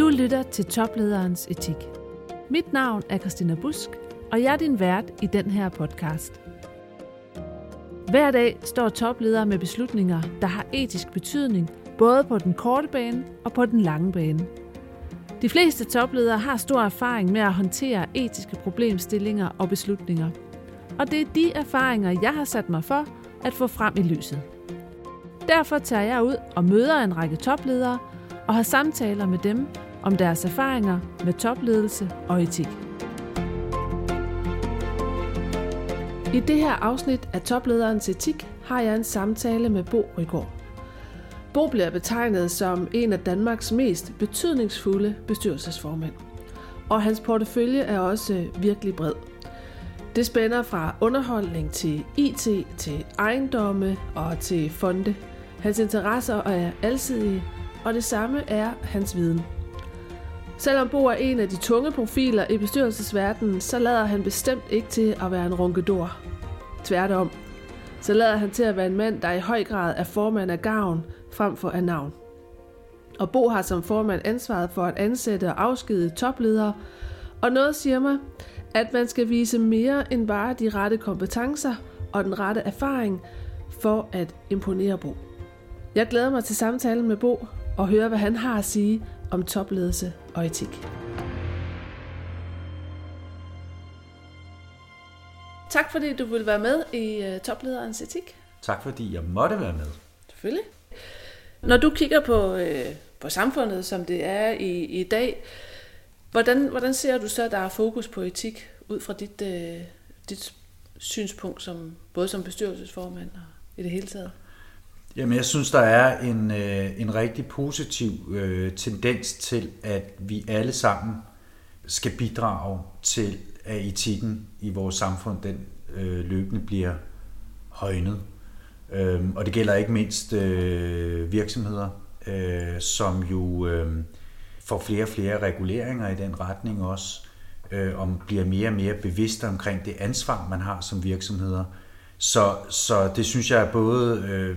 Du lytter til Toplederens Etik. Mit navn er Christina Busk, og jeg er din vært i den her podcast. Hver dag står topledere med beslutninger, der har etisk betydning, både på den korte bane og på den lange bane. De fleste topledere har stor erfaring med at håndtere etiske problemstillinger og beslutninger. Og det er de erfaringer, jeg har sat mig for at få frem i lyset. Derfor tager jeg ud og møder en række topledere og har samtaler med dem om deres erfaringer med topledelse og etik. I det her afsnit af Toplederens Etik har jeg en samtale med Bo Rygaard. Bo bliver betegnet som en af Danmarks mest betydningsfulde bestyrelsesformænd. Og hans portefølje er også virkelig bred. Det spænder fra underholdning til IT, til ejendomme og til fonde. Hans interesser er alsidige, og det samme er hans viden. Selvom Bo er en af de tunge profiler i bestyrelsesverdenen, så lader han bestemt ikke til at være en runkedor. Tværtom, så lader han til at være en mand, der i høj grad er formand af gavn frem for af navn. Og Bo har som formand ansvaret for at ansætte og afskedige topledere, og noget siger mig, at man skal vise mere end bare de rette kompetencer og den rette erfaring for at imponere Bo. Jeg glæder mig til samtalen med Bo og høre, hvad han har at sige om topledelse og etik. Tak fordi du ville være med i Toplederens Etik. Tak fordi jeg måtte være med. Selvfølgelig. Når du kigger på samfundet, som det er i dag, hvordan ser du så, der er fokus på etik ud fra dit synspunkt, både som bestyrelsesformand og i det hele taget? Jamen, jeg synes, der er en rigtig positiv tendens til, at vi alle sammen skal bidrage til, at etikken i vores samfund den løbende bliver højnet. Og det gælder ikke mindst virksomheder, som jo får flere og flere reguleringer i den retning også, og bliver mere og mere bevidste omkring det ansvar, man har som virksomheder. Så det synes jeg er både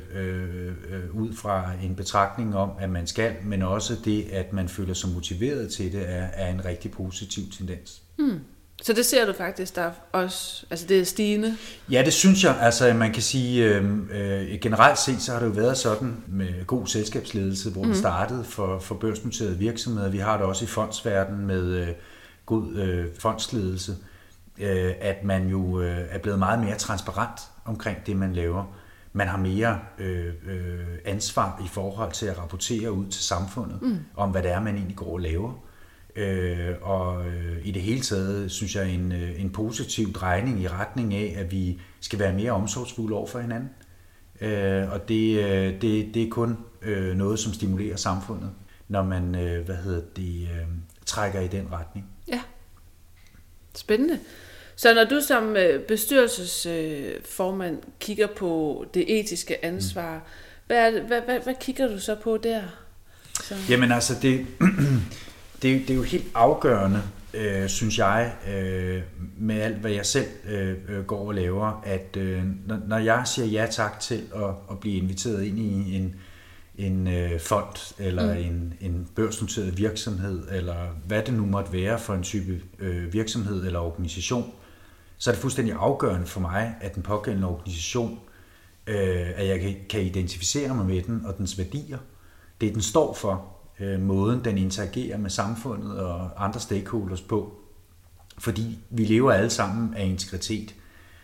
ud fra en betragtning om, at man skal, men også det, at man føler sig motiveret til det, er en rigtig positiv tendens. Så det ser du faktisk, der også, altså det er stigende? Ja, det synes jeg. Altså man kan sige, generelt set, så har det jo været sådan med god selskabsledelse, hvor det startede for børsnoterede virksomheder. Vi har det også i fondsverdenen med god fondsledelse, at man jo er blevet meget mere transparent omkring det, man laver. Man har mere ansvar i forhold til at rapportere ud til samfundet om, hvad det er, man egentlig går og laver. Og i det hele taget, synes jeg, en positiv drejning i retning af, at vi skal være mere omsorgsfulde over for hinanden. Og det er kun noget, som stimulerer samfundet, når man trækker i den retning. Ja. Spændende. Så når du som bestyrelsesformand kigger på det etiske ansvar, hvad kigger du så på der? Så. Jamen altså, det er jo helt afgørende, synes jeg, med alt, hvad jeg selv går og laver, at når jeg siger ja tak til at blive inviteret ind i en fond, eller en børsnoteret virksomhed, eller hvad det nu måtte være for en type virksomhed eller organisation, så er det fuldstændig afgørende for mig, at den pågældende organisation, at jeg kan identificere mig med den og dens værdier. Det den står for, måden den interagerer med samfundet og andre stakeholders på. Fordi vi lever alle sammen af integritet.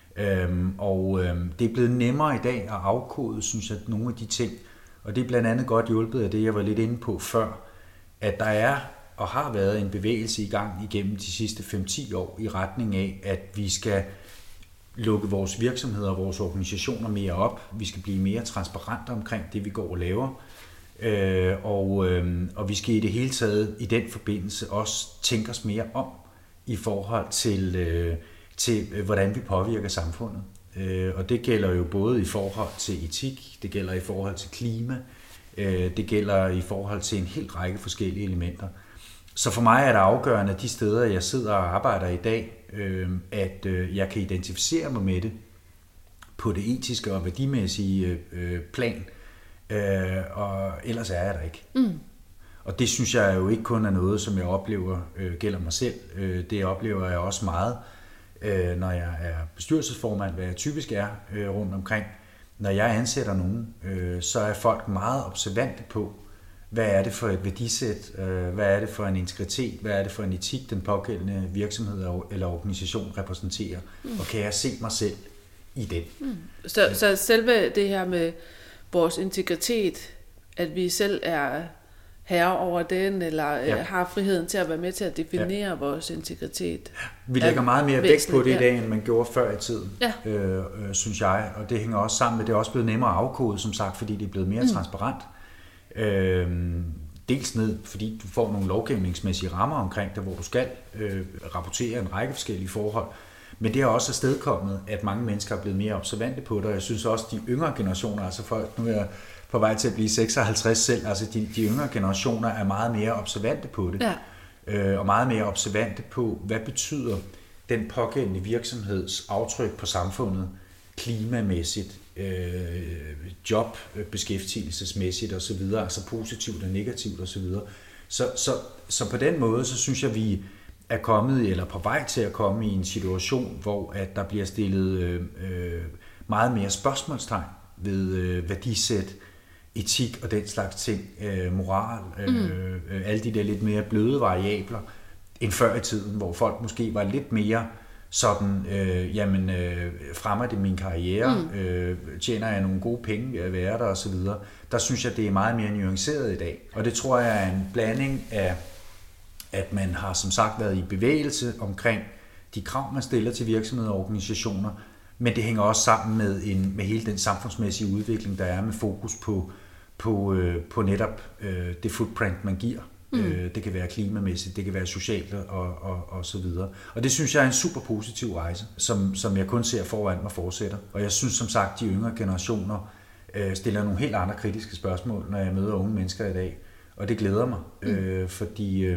Og det er blevet nemmere i dag at afkode, synes jeg, nogle af de ting. Og det er blandt andet godt hjulpet af det, jeg var lidt inde på før, at der er og har været en bevægelse i gang igennem de sidste 5-10 år i retning af, at vi skal lukke vores virksomheder og vores organisationer mere op. Vi skal blive mere transparente omkring det, vi går og laver. Og vi skal i det hele taget i den forbindelse også tænke os mere om i forhold til hvordan vi påvirker samfundet. Og det gælder jo både i forhold til etik, det gælder i forhold til klima, det gælder i forhold til en hel række forskellige elementer. Så for mig er det afgørende, at de steder, jeg sidder og arbejder i dag, at jeg kan identificere mig med det på det etiske og værdimæssige plan, og ellers er jeg der ikke. Og det synes jeg jo ikke kun er noget, som jeg oplever gælder mig selv. Det oplever jeg også meget, når jeg er bestyrelsesformand, hvad jeg typisk er rundt omkring. Når jeg ansætter nogen, så er folk meget observante på, hvad er det for et værdisæt, hvad er det for en integritet, hvad er det for en etik, den pågældende virksomhed eller organisation repræsenterer, og kan jeg se mig selv i den. Så selve det her med vores integritet, at vi selv er herre over den, eller har friheden til at være med til at definere vores integritet. Vi lægger meget mere vægt på det i dag, end man gjorde før i tiden, synes jeg. Og det hænger også sammen med, det er også blevet nemmere at afkode, som sagt, fordi det er blevet mere transparent. Dels ned, fordi du får nogle lovgivningsmæssige rammer omkring det, hvor du skal rapportere en række forskellige forhold. Men det har også afstedkommet, at mange mennesker er blevet mere observante på det, og jeg synes også, at de yngre generationer, altså folk, nu er jeg på vej til at blive 56 selv, altså de yngre generationer er meget mere observante på det, og meget mere observante på, hvad betyder den pågældende virksomheds aftryk på samfundet, klimamæssigt, jobbeskæftigelsesmæssigt osv., altså positivt og negativt osv. Så på den måde, så synes jeg, vi er kommet, eller på vej til at komme i en situation, hvor at der bliver stillet meget mere spørgsmålstegn ved værdisæt, etik og den slags ting, moral, alle de der lidt mere bløde variabler, end før i tiden, hvor folk måske var lidt mere sådan, fremmer det min karriere, tjener jeg nogle gode penge ved at være der osv. Der synes jeg, det er meget mere nuanceret i dag. Og det tror jeg er en blanding af, at man har som sagt været i bevægelse omkring de krav, man stiller til virksomheder og organisationer, men det hænger også sammen med hele den samfundsmæssige udvikling, der er med fokus på netop det footprint, man giver. Det kan være klimamæssigt, det kan være socialt og så videre. Og det synes jeg er en super positiv rejse, som jeg kun ser foran mig fortsætter. Og jeg synes som sagt, de yngre generationer stiller nogle helt andre kritiske spørgsmål, når jeg møder unge mennesker i dag. Og det glæder mig, fordi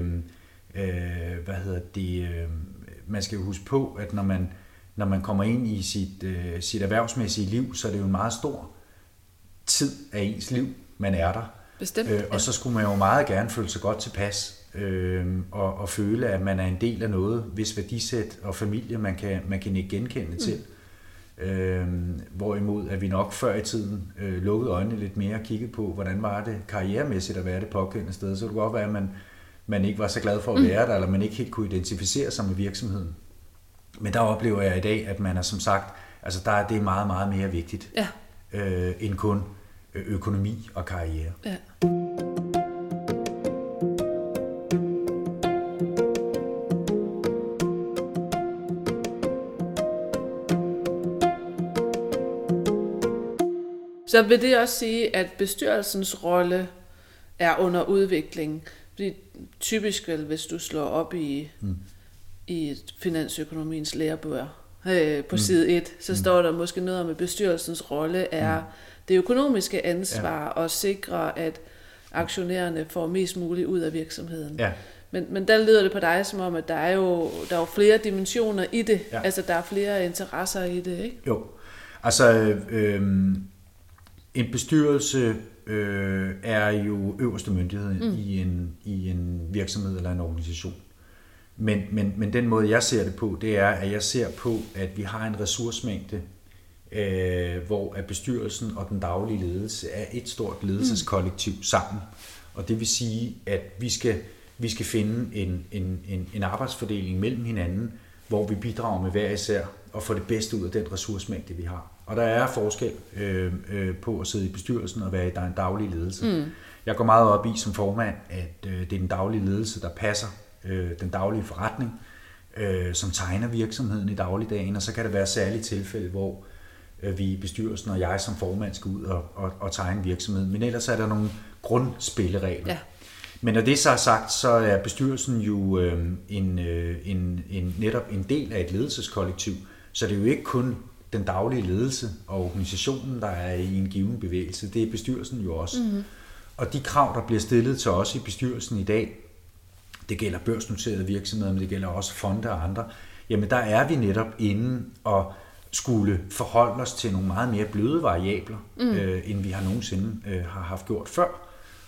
man skal jo huske på, at når man kommer ind i sit erhvervsmæssige liv, så er det jo en meget stor tid af ens liv, man er der. Bestemt. Og så skulle man jo meget gerne føle sig godt tilpas, og føle, at man er en del af noget, hvis værdisæt og familie, man kan ikke genkende til. Hvorimod at vi nok før i tiden lukkede øjnene lidt mere og kiggede på, hvordan var det karrieremæssigt at være det pågældende sted. Så det kunne godt være, at man ikke var så glad for at være der, eller man ikke helt kunne identificere sig med virksomheden. Men der oplever jeg i dag, at man er som sagt, altså det er meget, meget mere vigtigt, end kun økonomi og karriere. Ja. Så vil det også sige, at bestyrelsens rolle er under udvikling? Fordi typisk vel, hvis du slår op i finansøkonomiens lærebøger på side 1, så står der måske noget om, at bestyrelsens rolle er det økonomiske ansvar at sikre, at aktionærerne får mest muligt ud af virksomheden. Ja. Men der lyder det på dig som om, at der er jo flere dimensioner i det. Ja. Altså der er flere interesser i det, ikke? Jo. Altså en bestyrelse er jo øverste myndighed i en virksomhed eller en organisation. Men den måde, jeg ser det på, det er, at jeg ser på, at vi har en ressourcemængde, hvor at bestyrelsen og den daglige ledelse er et stort ledelseskollektiv sammen. Og det vil sige, at vi skal finde en arbejdsfordeling mellem hinanden, hvor vi bidrager med hver især og få det bedste ud af den ressourcemængde, vi har. Og der er forskel på at sidde i bestyrelsen og være i en daglig ledelse. Jeg går meget op i som formand, at det er den daglige ledelse, der passer den daglige forretning, som tegner virksomheden i dagligdagen, og så kan det være særlige tilfælde, hvor vi i bestyrelsen og jeg som formand skal ud og tegne virksomheden. Men ellers er der nogle grundspilleregler. Ja. Men når det så er sagt, så er bestyrelsen jo netop en del af et ledelseskollektiv, så det er jo ikke kun den daglige ledelse og organisationen, der er i en given bevægelse. Det er bestyrelsen jo også. Og de krav, der bliver stillet til os i bestyrelsen i dag, det gælder børsnoterede virksomheder, men det gælder også fonde og andre, jamen der er vi netop inde og skulle forholde os til nogle meget mere bløde variabler, end vi har nogensinde har haft gjort før.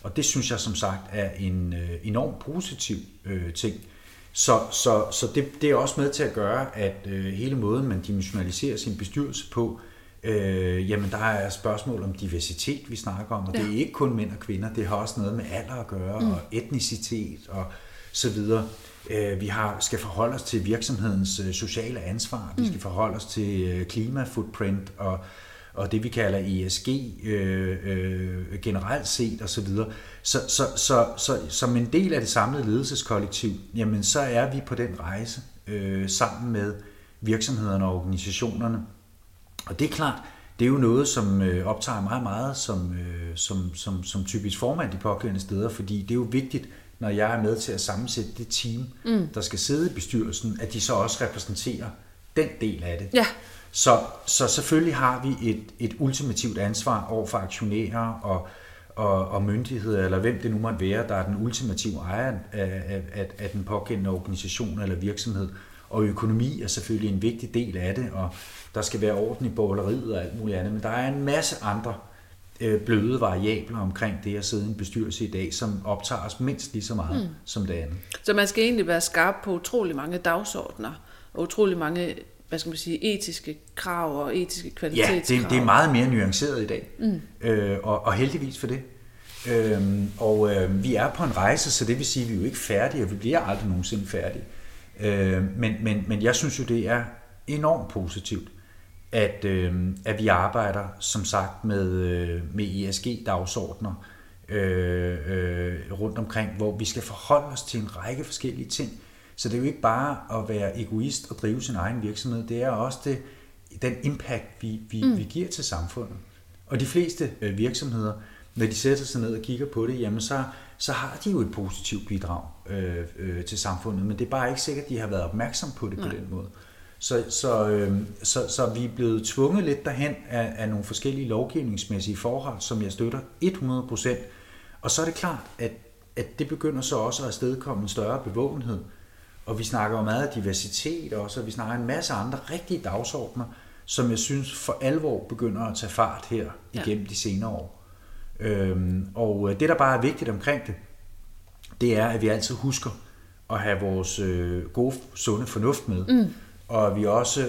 Og det synes jeg som sagt er en enormt positiv ting. Så det er også med til at gøre, at hele måden, man dimensionaliserer sin bestyrelse på, jamen der er spørgsmål om diversitet, vi snakker om, og det er ikke kun mænd og kvinder, det har også noget med alder at gøre, og etnicitet og så videre. Vi skal forholde os til virksomhedens sociale ansvar, vi skal forholde os til klimafootprint og det vi kalder ESG generelt set og så videre. Så som en del af det samlede ledelseskollektiv, jamen så er vi på den rejse sammen med virksomhederne og organisationerne. Og det er klart, det er jo noget, som optager mig meget som typisk formand de pågældende steder, fordi det er jo vigtigt, når jeg er med til at sammensætte det team, der skal sidde i bestyrelsen, at de så også repræsenterer den del af det. Ja. Så selvfølgelig har vi et ultimativt ansvar over for aktionærer og myndigheder, eller hvem det nu måtte være, der er den ultimative ejer af den pågældende organisation eller virksomhed. Og økonomi er selvfølgelig en vigtig del af det, og der skal være orden i bogholderiet og alt muligt andet. Men der er en masse andre bløde variabler omkring det at sidde i en bestyrelse i dag, som optager os mindst lige så meget som det andet. Så man skal egentlig være skarp på utrolig mange dagsordner, og utrolig mange, hvad skal man sige, etiske krav og etiske kvalitetskrav. Ja, det er meget mere nuanceret i dag, og heldigvis for det. Vi er på en rejse, så det vil sige, at vi er jo ikke færdige, og vi bliver aldrig nogensinde færdige. Men jeg synes jo, det er enormt positivt, at vi arbejder, som sagt, med ESG-dagsordner rundt omkring, hvor vi skal forholde os til en række forskellige ting. Så det er jo ikke bare at være egoist og drive sin egen virksomhed, det er også den impact, vi giver til samfundet. Og de fleste virksomheder, når de sætter sig ned og kigger på det, jamen så har de jo et positivt bidrag til samfundet, men det er bare ikke sikkert, at de har været opmærksom på det på den måde. Så vi er blevet tvunget lidt derhen af nogle forskellige lovgivningsmæssige forhold, som jeg støtter 100%. Og så er det klart, at det begynder så også at afstedkomme en større bevågenhed. Og vi snakker jo meget af diversitet også, og vi snakker en masse andre rigtige dagsordner, som jeg synes for alvor begynder at tage fart her igennem de senere år. Og det, der bare er vigtigt omkring det er, at vi altid husker at have vores gode, sunde fornuft med. Og at vi også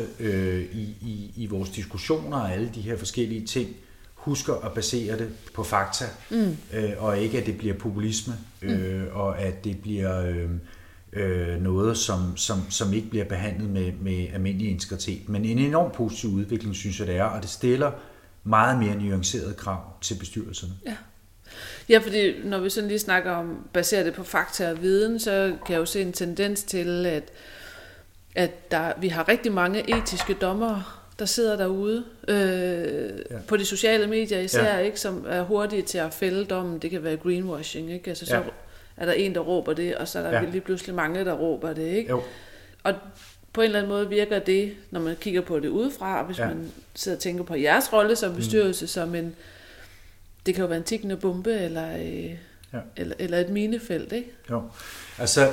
i vores diskussioner og alle de her forskellige ting, husker at basere det på fakta, og ikke at det bliver populisme, og at det bliver noget, som ikke bliver behandlet med almindelig integritet. Men en enormt positiv udvikling, synes jeg det er, og det stiller meget mere nuancerede krav til bestyrelserne. Ja, fordi når vi sådan lige snakker om baseret det på fakta og viden, så kan jeg jo se en tendens til, at vi har rigtig mange etiske dommere, der sidder derude på de sociale medier især, ikke, som er hurtige til at fælde dommen. Det kan være greenwashing, ikke? Altså, så er der en, der råber det, og så er der lige pludselig mange, der råber det, ikke? Jo. Og på en eller anden måde virker det, når man kigger på det udefra, hvis man sidder og tænker på jeres rolle som bestyrelse, som det kan jo være en tikkende bombe, eller et minefelt, ikke? Jo, altså,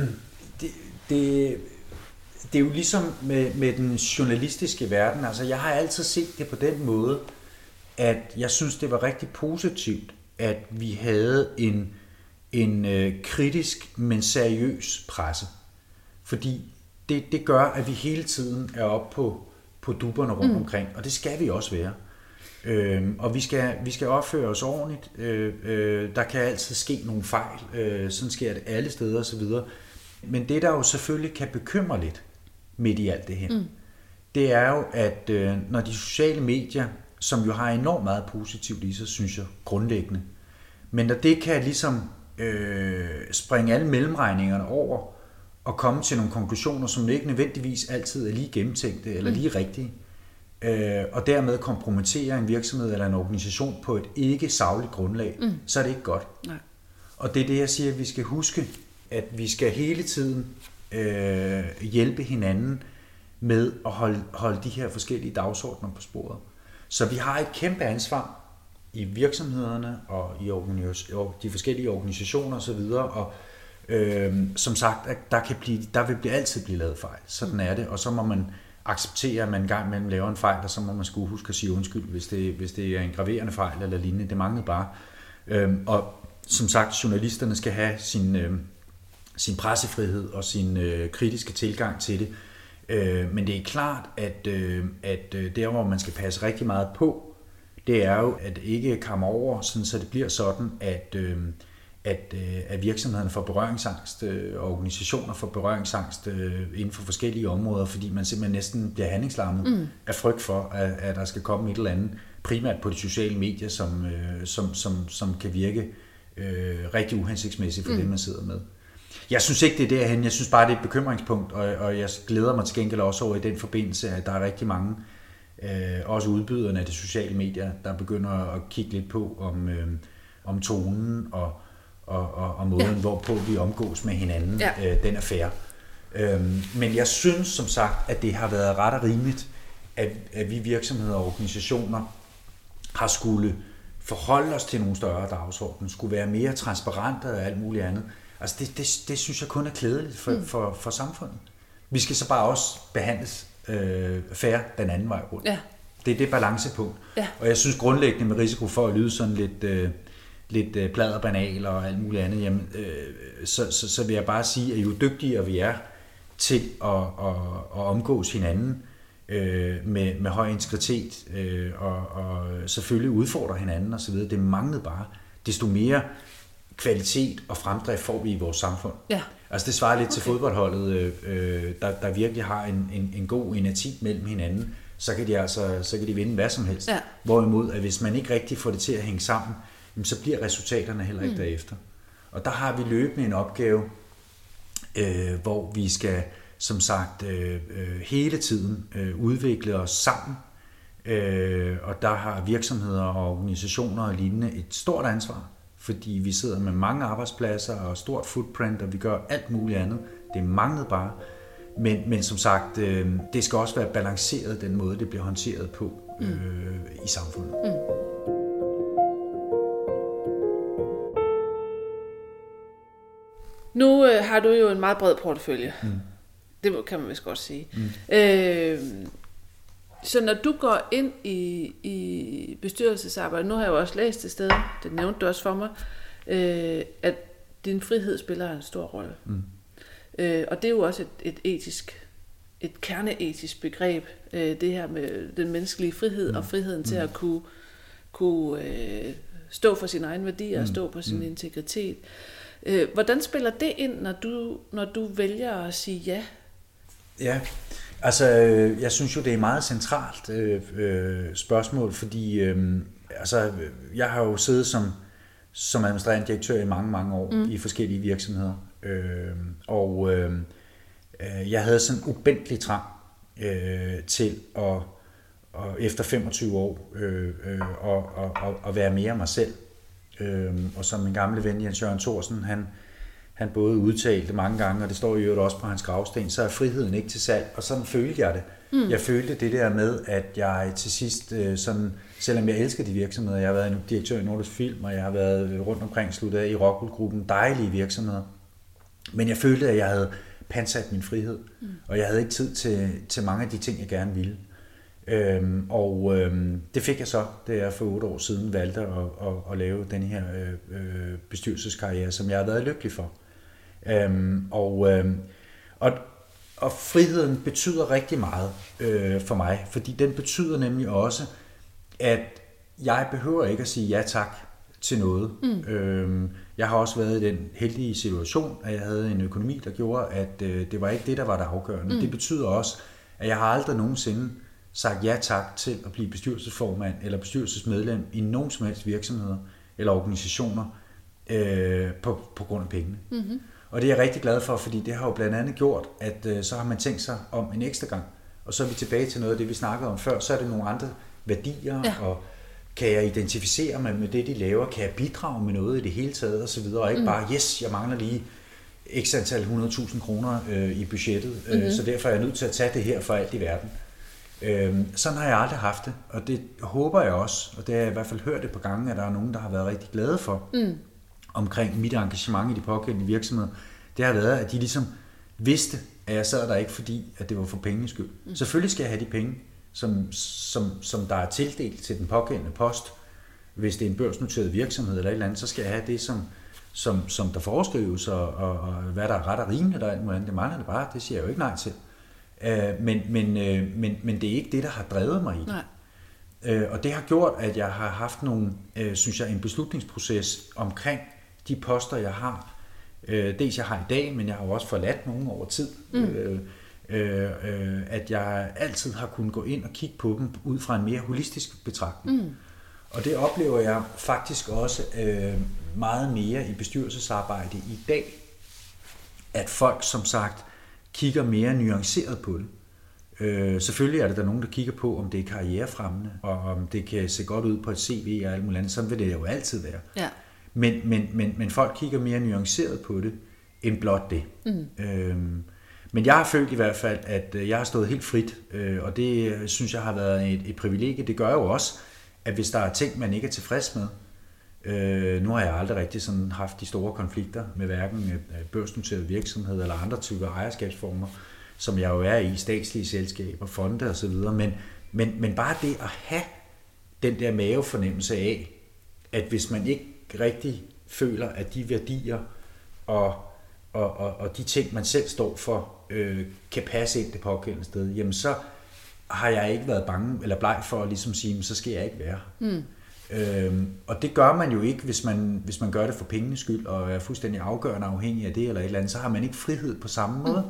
det er jo ligesom med den journalistiske verden, altså jeg har altid set det på den måde, at jeg synes, det var rigtig positivt, at vi havde en kritisk, men seriøs presse. Fordi det gør, at vi hele tiden er oppe på dupperne rundt omkring, og det skal vi også være. Og vi skal opføre os ordentligt. Der kan altid ske nogle fejl. Sådan sker det alle steder osv. Men det, der jo selvfølgelig kan bekymre lidt midt i alt det her, det er jo, at når de sociale medier, som jo har enormt meget positivt i sig, synes jeg, grundlæggende, men når det kan ligesom springe alle mellemregningerne over og komme til nogle konklusioner, som ikke nødvendigvis altid er lige gennemtænkte eller lige rigtige, og dermed kompromittere en virksomhed eller en organisation på et ikke sagligt grundlag, så er det ikke godt. Nej. Og det er det, jeg siger, at vi skal huske, at vi skal hele tiden hjælpe hinanden med at holde de her forskellige dagsordner på sporet. Så vi har et kæmpe ansvar i virksomhederne og i de forskellige organisationer osv., og som sagt, der vil altid blive lavet fejl. Sådan er det, og så må man acceptere, at man en gang imellem laver en fejl, og så må man skulle huske at sige undskyld, hvis det er en graverende fejl eller lignende. Det manglede bare. Og som sagt, journalisterne skal have sin pressefrihed og sin kritiske tilgang til det. Men det er klart, at der, hvor man skal passe rigtig meget på, det er jo, at ikke komme over, sådan, så det bliver sådan, at virksomhederne får berøringsangst, og organisationer får berøringsangst inden for forskellige områder, fordi man simpelthen næsten bliver handlingslammet af frygt for, at der skal komme et eller andet, primært på de sociale medier, som kan virke rigtig uhensigtsmæssigt for det, man sidder med. Jeg synes ikke, det er derhen. Jeg synes bare, det er et bekymringspunkt, og jeg glæder mig til gengæld også over i den forbindelse, at der er rigtig mange, også udbyderne af de sociale medier, der begynder at kigge lidt på om tonen og måden, hvorpå vi omgås med hinanden, den er fair. Men jeg synes som sagt, at det har været ret og rimeligt, at vi virksomheder og organisationer har skulle forholde os til nogle større dagsorden, skulle være mere transparente og alt muligt andet. Altså det synes jeg kun er klædeligt for samfundet. Vi skal så bare også behandles fair den anden vej rundt. Ja. Det er det balancepunkt. Ja. Og jeg synes grundlæggende med risiko for at lyde sådan lidt pladderbanal og alt muligt andet, jamen, så vil jeg bare sige, at jo dygtigere vi er til at omgås hinanden med høj integritet og selvfølgelig udfordre hinanden osv., det manglede bare, desto mere kvalitet og fremdrift får vi i vores samfund. Ja. Altså det svarer lidt til fodboldholdet, der virkelig har en god energi mellem hinanden, så kan de vinde hvad som helst. Ja. Hvorimod, at hvis man ikke rigtig får det til at hænge sammen, så bliver resultaterne heller ikke derefter. Og der har vi løbende en opgave, hvor vi skal, som sagt, hele tiden udvikle os sammen. Og der har virksomheder og organisationer og lignende et stort ansvar, fordi vi sidder med mange arbejdspladser og stort footprint, og vi gør alt muligt andet. Det manglede bare. Men som sagt, det skal også være balanceret, den måde, det bliver håndteret på i samfundet. Nu har du jo en meget bred portefølje. Det kan man vist godt sige. Så når du går ind i bestyrelsesarbejde, nu har jeg jo også læst et sted, det nævnte du også for mig, at din frihed spiller en stor rolle. Og det er jo også et kerneetisk begreb, det her med den menneskelige frihed og friheden til at kunne stå for sine egne værdier og stå på sin integritet. Hvordan spiller det ind, når du vælger at sige ja? Ja, altså jeg synes jo, det er et meget centralt spørgsmål, fordi jeg har jo siddet som administrerende direktør i mange, mange år i forskellige virksomheder. Og jeg havde sådan en ubændelig trang til at efter 25 år at være mere mig selv. Og som min gamle ven Jens Jørgen Thorsen, han både udtalte mange gange, og det står jo også på hans gravsten, så er friheden ikke til salg, og sådan følte jeg det. Jeg følte det der med, at jeg til sidst, sådan, selvom jeg elsker de virksomheder, jeg har været direktør i Nordisk Film, og jeg har været rundt omkring sluttet af i Rockwool-gruppen, dejlige virksomheder, men jeg følte, at jeg havde pansat min frihed, og jeg havde ikke tid til mange af de ting, jeg gerne ville. Det fik jeg så, da jeg for 8 år siden valgte at lave den her bestyrelseskarriere, som jeg har været lykkelig for. Og friheden betyder rigtig meget for mig, fordi den betyder nemlig også, at jeg behøver ikke at sige ja tak til noget. Jeg har også været i den heldige situation, at jeg havde en økonomi, der gjorde, at det var ikke det, der var det afgørende. Det betyder også, at jeg har aldrig nogensinde sagt ja tak til at blive bestyrelsesformand eller bestyrelsesmedlem i nogen som helst virksomheder eller organisationer på grund af pengene. Og det er jeg rigtig glad for, fordi det har jo blandt andet gjort, at så har man tænkt sig om en ekstra gang. Og så er vi tilbage til noget af det, vi snakkede om før. Så er det nogle andre værdier, og kan jeg identificere mig med det, de laver? Kan jeg bidrage med noget i det hele taget? Og så videre. Og ikke bare, yes, jeg mangler lige x antal 100.000 kroner i budgettet, så derfor er jeg nødt til at tage det her for alt i verden. Sådan har jeg aldrig haft det, og det håber jeg også, og det har jeg i hvert fald hørt et par gange, at der er nogen, der har været rigtig glade for omkring mit engagement i de pågældende virksomheder. Det har været, at de ligesom vidste, at jeg sad der ikke fordi, at det var for pengenes skyld. Selvfølgelig skal jeg have de penge, som der er tildelt til den pågældende post. Hvis det er en børsnoteret virksomhed eller et eller andet, så skal jeg have det, som der foreskrives, og hvad der er ret og rimeligt, og alt muligt andet. Det mangler det bare, det siger jeg jo ikke nej til. Men det er ikke det, der har drevet mig i det. Og det har gjort, at jeg har haft synes jeg, en beslutningsproces omkring de poster, jeg har. Dels jeg har i dag, men jeg har jo også forladt nogen over tid. At jeg altid har kunnet gå ind og kigge på dem ud fra en mere holistisk betragtning. Og det oplever jeg faktisk også meget mere i bestyrelsesarbejde i dag, at folk som sagt kigger mere nuanceret på det. Selvfølgelig er der nogen, der kigger på, om det er karrierefremmende, og om det kan se godt ud på et CV og alt muligt andet. Sådan vil det jo altid være. Ja. Men folk kigger mere nuanceret på det, end blot det. Men jeg har følt i hvert fald, at jeg har stået helt frit, og det synes jeg har været et privilegie. Det gør jo også, at hvis der er ting, man ikke er tilfreds med, nu har jeg aldrig rigtig sådan haft de store konflikter med hverken børsnoterede virksomheder eller andre typer ejerskabsformer, som jeg jo er i, statslige selskaber, fonde osv. Men bare det at have den der mavefornemmelse af, at hvis man ikke rigtig føler, at de værdier og de ting, man selv står for, kan passe ind det pågældende sted, jamen så har jeg ikke været bange eller bleg for at ligesom sige, så skal jeg ikke være. Og det gør man jo ikke, hvis man gør det for pengenes skyld, og er fuldstændig afgørende afhængig af det eller et eller andet, så har man ikke frihed på samme måde.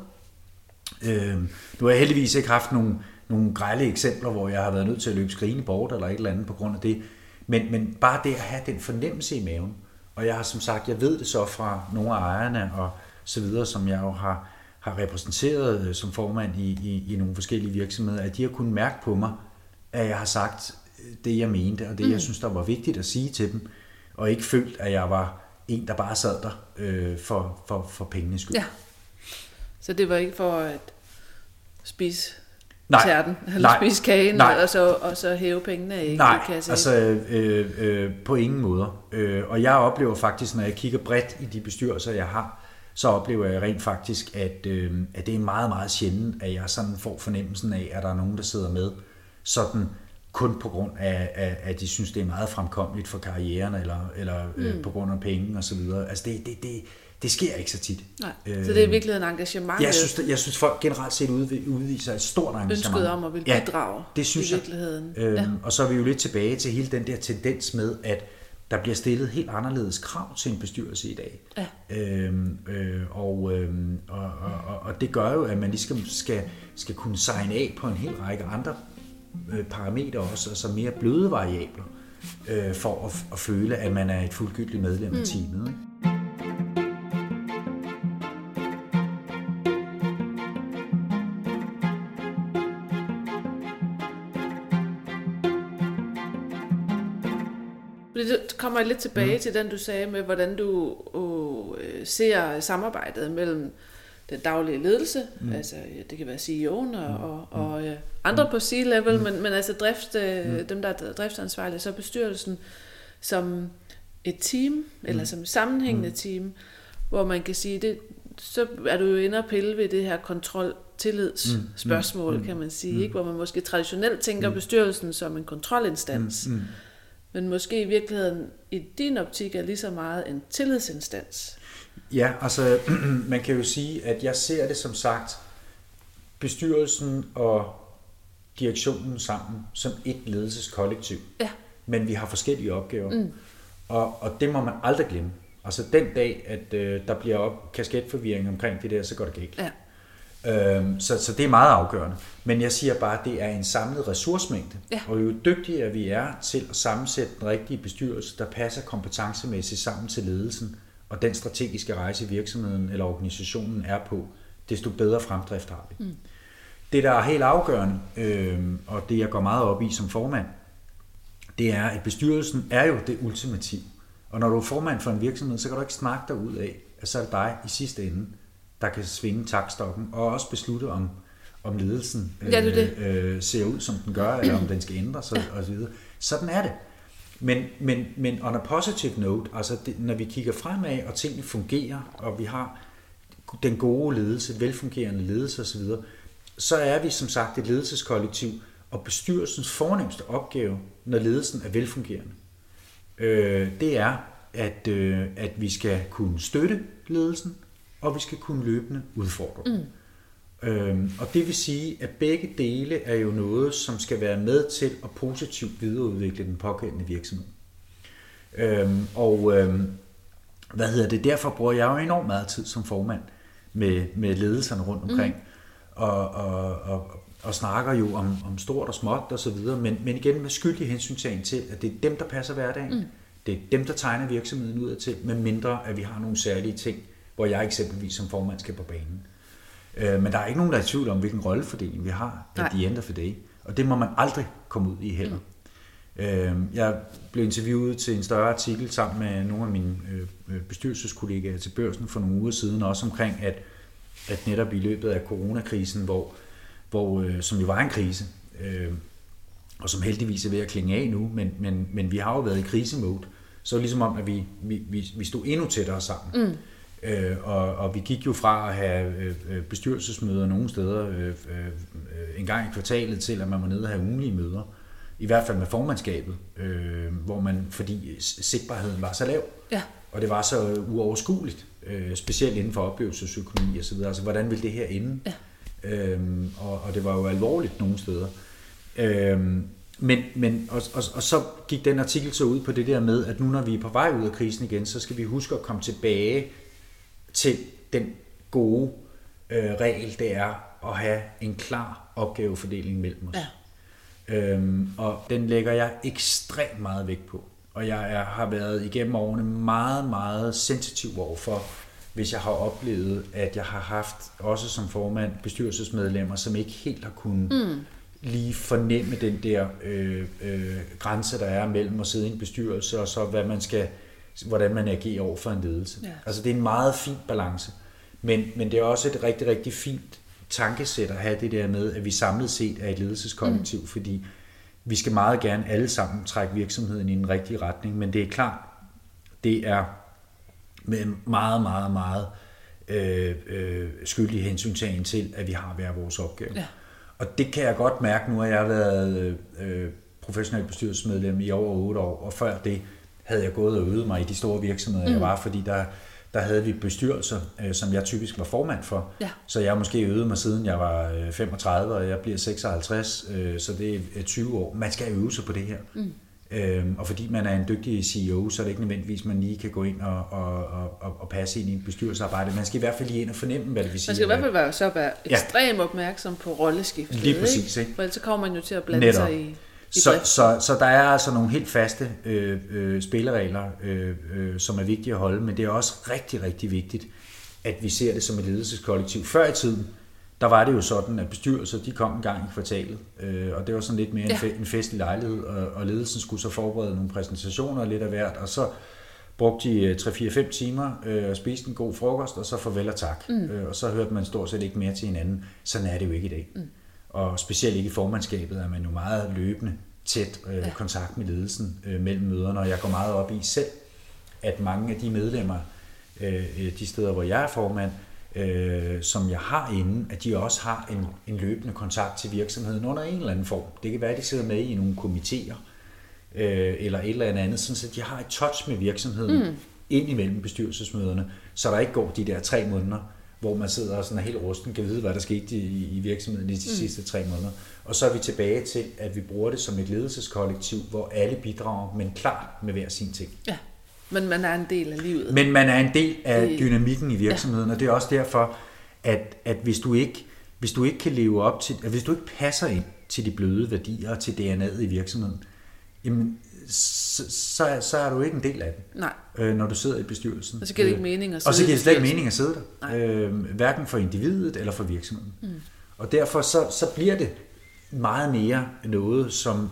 Nu har jeg heldigvis ikke haft nogle grelle eksempler, hvor jeg har været nødt til at løbe skrigende bort eller et eller andet på grund af det, men bare det at have den fornemmelse i maven, og jeg har som sagt, jeg ved det så fra nogle af ejerne og så videre, som jeg jo har repræsenteret som formand i nogle forskellige virksomheder, at de har kunnet mærke på mig, at jeg har sagt det, jeg mente, og det, jeg synes, der var vigtigt at sige til dem, og ikke følt, at jeg var en, der bare sad der for pengenes skyld. Ja. Så det var ikke for at spise tærten, eller spise kagen, og så hæve pengene af? Nej, altså på ingen måder. Og jeg oplever faktisk, når jeg kigger bredt i de bestyrelser, jeg har, så oplever jeg rent faktisk, at det er meget, meget sjældent, at jeg sådan får fornemmelsen af, at der er nogen, der sidder med sådan kun på grund af, at de synes, det er meget fremkommeligt for karrieren, eller på grund af penge og så videre. Altså det sker ikke så tit. Nej, så det er virkelig en engagement? Jeg synes folk generelt set udviser et stort engagement. Ønsket om at vil bidrage det synes i virkeligheden. Og så er vi jo lidt tilbage til hele den der tendens med, at der bliver stillet helt anderledes krav til en bestyrelse i dag. Ja. Og det gør jo, at man ligesom skal kunne signe af på en hel række andre parametre også, altså mere bløde variabler, for at føle, at man er et fuldgyldigt medlem af teamet. Ikke? Det kommer lidt tilbage til den, du sagde med, hvordan du ser samarbejdet mellem den daglige ledelse, altså det kan være CEO'en og andre på C-level, men altså dem, der er driftsansvarlige, så bestyrelsen som et team, eller som et sammenhængende team, hvor man kan sige, det, så er du jo inde og pille ved det her kontrol-tillidsspørgsmål, kan man sige, ikke? Hvor man måske traditionelt tænker bestyrelsen som en kontrolinstans, men måske i virkeligheden i din optik er lige så meget en tillidsinstans. Ja, altså man kan jo sige, at jeg ser det som sagt, bestyrelsen og direktionen sammen som et ledelseskollektiv. Ja. Men vi har forskellige opgaver. Og det må man aldrig glemme. Altså den dag, at der bliver kasketforvirring omkring det der, så går det galt. Ja. Så det er meget afgørende. Men jeg siger bare, at det er en samlet ressourcemængde. Ja. Og jo dygtigere vi er til at sammensætte den rigtige bestyrelse, der passer kompetencemæssigt sammen til ledelsen, og den strategiske rejse virksomheden eller organisationen er på, desto bedre fremdrift har vi. Det, der er helt afgørende, og det jeg går meget op i som formand, det er, at bestyrelsen er jo det ultimative. Og når du er formand for en virksomhed, så kan du ikke snakke dig ud af, at så er det dig i sidste ende, der kan svinge taktstokken, og også beslutte, om ledelsen ser ud, som den gør, eller om den skal ændres, og så videre. Sådan er det. Men on a positive note, altså når vi kigger fremad, og tingene fungerer, og vi har den gode ledelse, velfungerende ledelse osv., så er vi som sagt et ledelseskollektiv, og bestyrelsens fornemste opgave, når ledelsen er velfungerende, det er at vi skal kunne støtte ledelsen, og vi skal kunne løbende udfordre. Og det vil sige, at begge dele er jo noget, som skal være med til at positivt videreudvikle den pågældende virksomhed. Derfor bruger jeg jo enormt meget tid som formand med ledelserne rundt omkring, og snakker jo om stort og småt og så videre, men igen med skyldig hensyntagen til, at det er dem, der passer hverdagen. Det er dem, der tegner virksomheden udadtil, med mindre at vi har nogle særlige ting, hvor jeg eksempelvis som formand skal på banen. Men der er ikke nogen, der er i tvivl om, hvilken rollefordeling vi har at the end of the day. Og det må man aldrig komme ud i heller. Jeg blev interviewet til en større artikel sammen med nogle af mine bestyrelseskollegaer til Børsen for nogle uger siden, også omkring, at netop i løbet af coronakrisen, hvor som jo var en krise, og som heldigvis er ved at klinge af nu, men vi har jo været i krisemode, så ligesom om, at vi stod endnu tættere sammen. Og vi gik jo fra at have bestyrelsesmøder nogle steder en gang i kvartalet til, at man var nede og have ugenlige møder. I hvert fald med formandskabet, hvor man, fordi sigtbarheden var så lav, og det var så uoverskueligt, specielt inden for oplevelsesøkonomi og så videre. Altså, hvordan vil det her ende? Og det var jo alvorligt nogle steder. Og så gik den artikel så ud på det der med, at nu når vi er på vej ud af krisen igen, så skal vi huske at komme tilbage til den gode regel, det er at have en klar opgavefordeling mellem os. Og den lægger jeg ekstremt meget vægt på. Og jeg har været igennem årene meget, meget sensitiv overfor, hvis jeg har oplevet, at jeg har haft, også som formand, bestyrelsesmedlemmer, som ikke helt har kunnet lige fornemme den der grænse, der er mellem at sidde i en bestyrelse, og så hvordan man agerer over for en ledelse. Altså det er en meget fin balance. Men det er også et rigtig, rigtig fint tankesæt at have det der med, at vi samlet set er et ledelseskollektiv, fordi vi skal meget gerne alle sammen trække virksomheden i en rigtig retning, men det er klart, det er med meget, meget, meget skyldig hensyntagen til, at vi har hver vores opgave. Og det kan jeg godt mærke nu, at jeg har været professionel bestyrelsesmedlem i over 8 år, og før det havde jeg gået og øvet mig i de store virksomheder, jeg var, fordi der havde vi bestyrelser, som jeg typisk var formand for. Så jeg har måske øvet mig siden jeg var 35, og jeg bliver 56, så det er 20 år. Man skal øve sig på det her. Og fordi man er en dygtig CEO, så er det ikke nødvendigvis, man lige kan gå ind og passe ind i et bestyrelsesarbejde. Man skal i hvert fald lige ind og fornemme, hvad det vil sige. Man skal i hvert fald være ekstremt opmærksom på rolleskiftet. Lige præcis. Ikke? For ellers så kommer man jo til at blande sig i så der er altså nogle helt faste spilleregler, som er vigtige at holde, men det er også rigtig, rigtig vigtigt, at vi ser det som et ledelseskollektiv. Før i tiden, der var det jo sådan, at bestyrelser, de kom en gang i kvartalet, og det var sådan lidt mere en festlig lejlighed, og ledelsen skulle så forberede nogle præsentationer lidt af hvert, og så brugte de 3-4-5 timer og spiste en god frokost, og så farvel og tak. Og så hørte man stort set ikke mere til hinanden. Sådan er det jo ikke i dag. Og specielt ikke i formandskabet er man jo meget løbende tæt kontakt med ledelsen mellem møderne, og jeg går meget op i selv, at mange af de medlemmer, de steder, hvor jeg er formand, som jeg har inde, at de også har en løbende kontakt til virksomheden under en eller anden form. Det kan være, at de sidder med i nogle komitéer, eller et eller andet, sådan at de har et touch med virksomheden ind imellem bestyrelsesmøderne, så der ikke går de der 3 måneder, hvor man sidder og sådan er helt rusten, kan vide, hvad der skete i virksomheden i de sidste 3 måneder. Og så er vi tilbage til, at vi bruger det som et ledelseskollektiv, hvor alle bidrager, men klart med hver sin ting. Ja, men man er en del af livet. Men man er en del af dynamikken i virksomheden, og det er også derfor, at hvis du ikke kan leve op til, at hvis du ikke passer ind til de bløde værdier og til DNA'et i virksomheden, jamen, så er du ikke en del af den, når du sidder i bestyrelsen. Og så giver det ikke mening at sidde og så giver det slet ikke mening at sidde der, hverken for individet eller for virksomheden. Og derfor så bliver det meget mere noget, som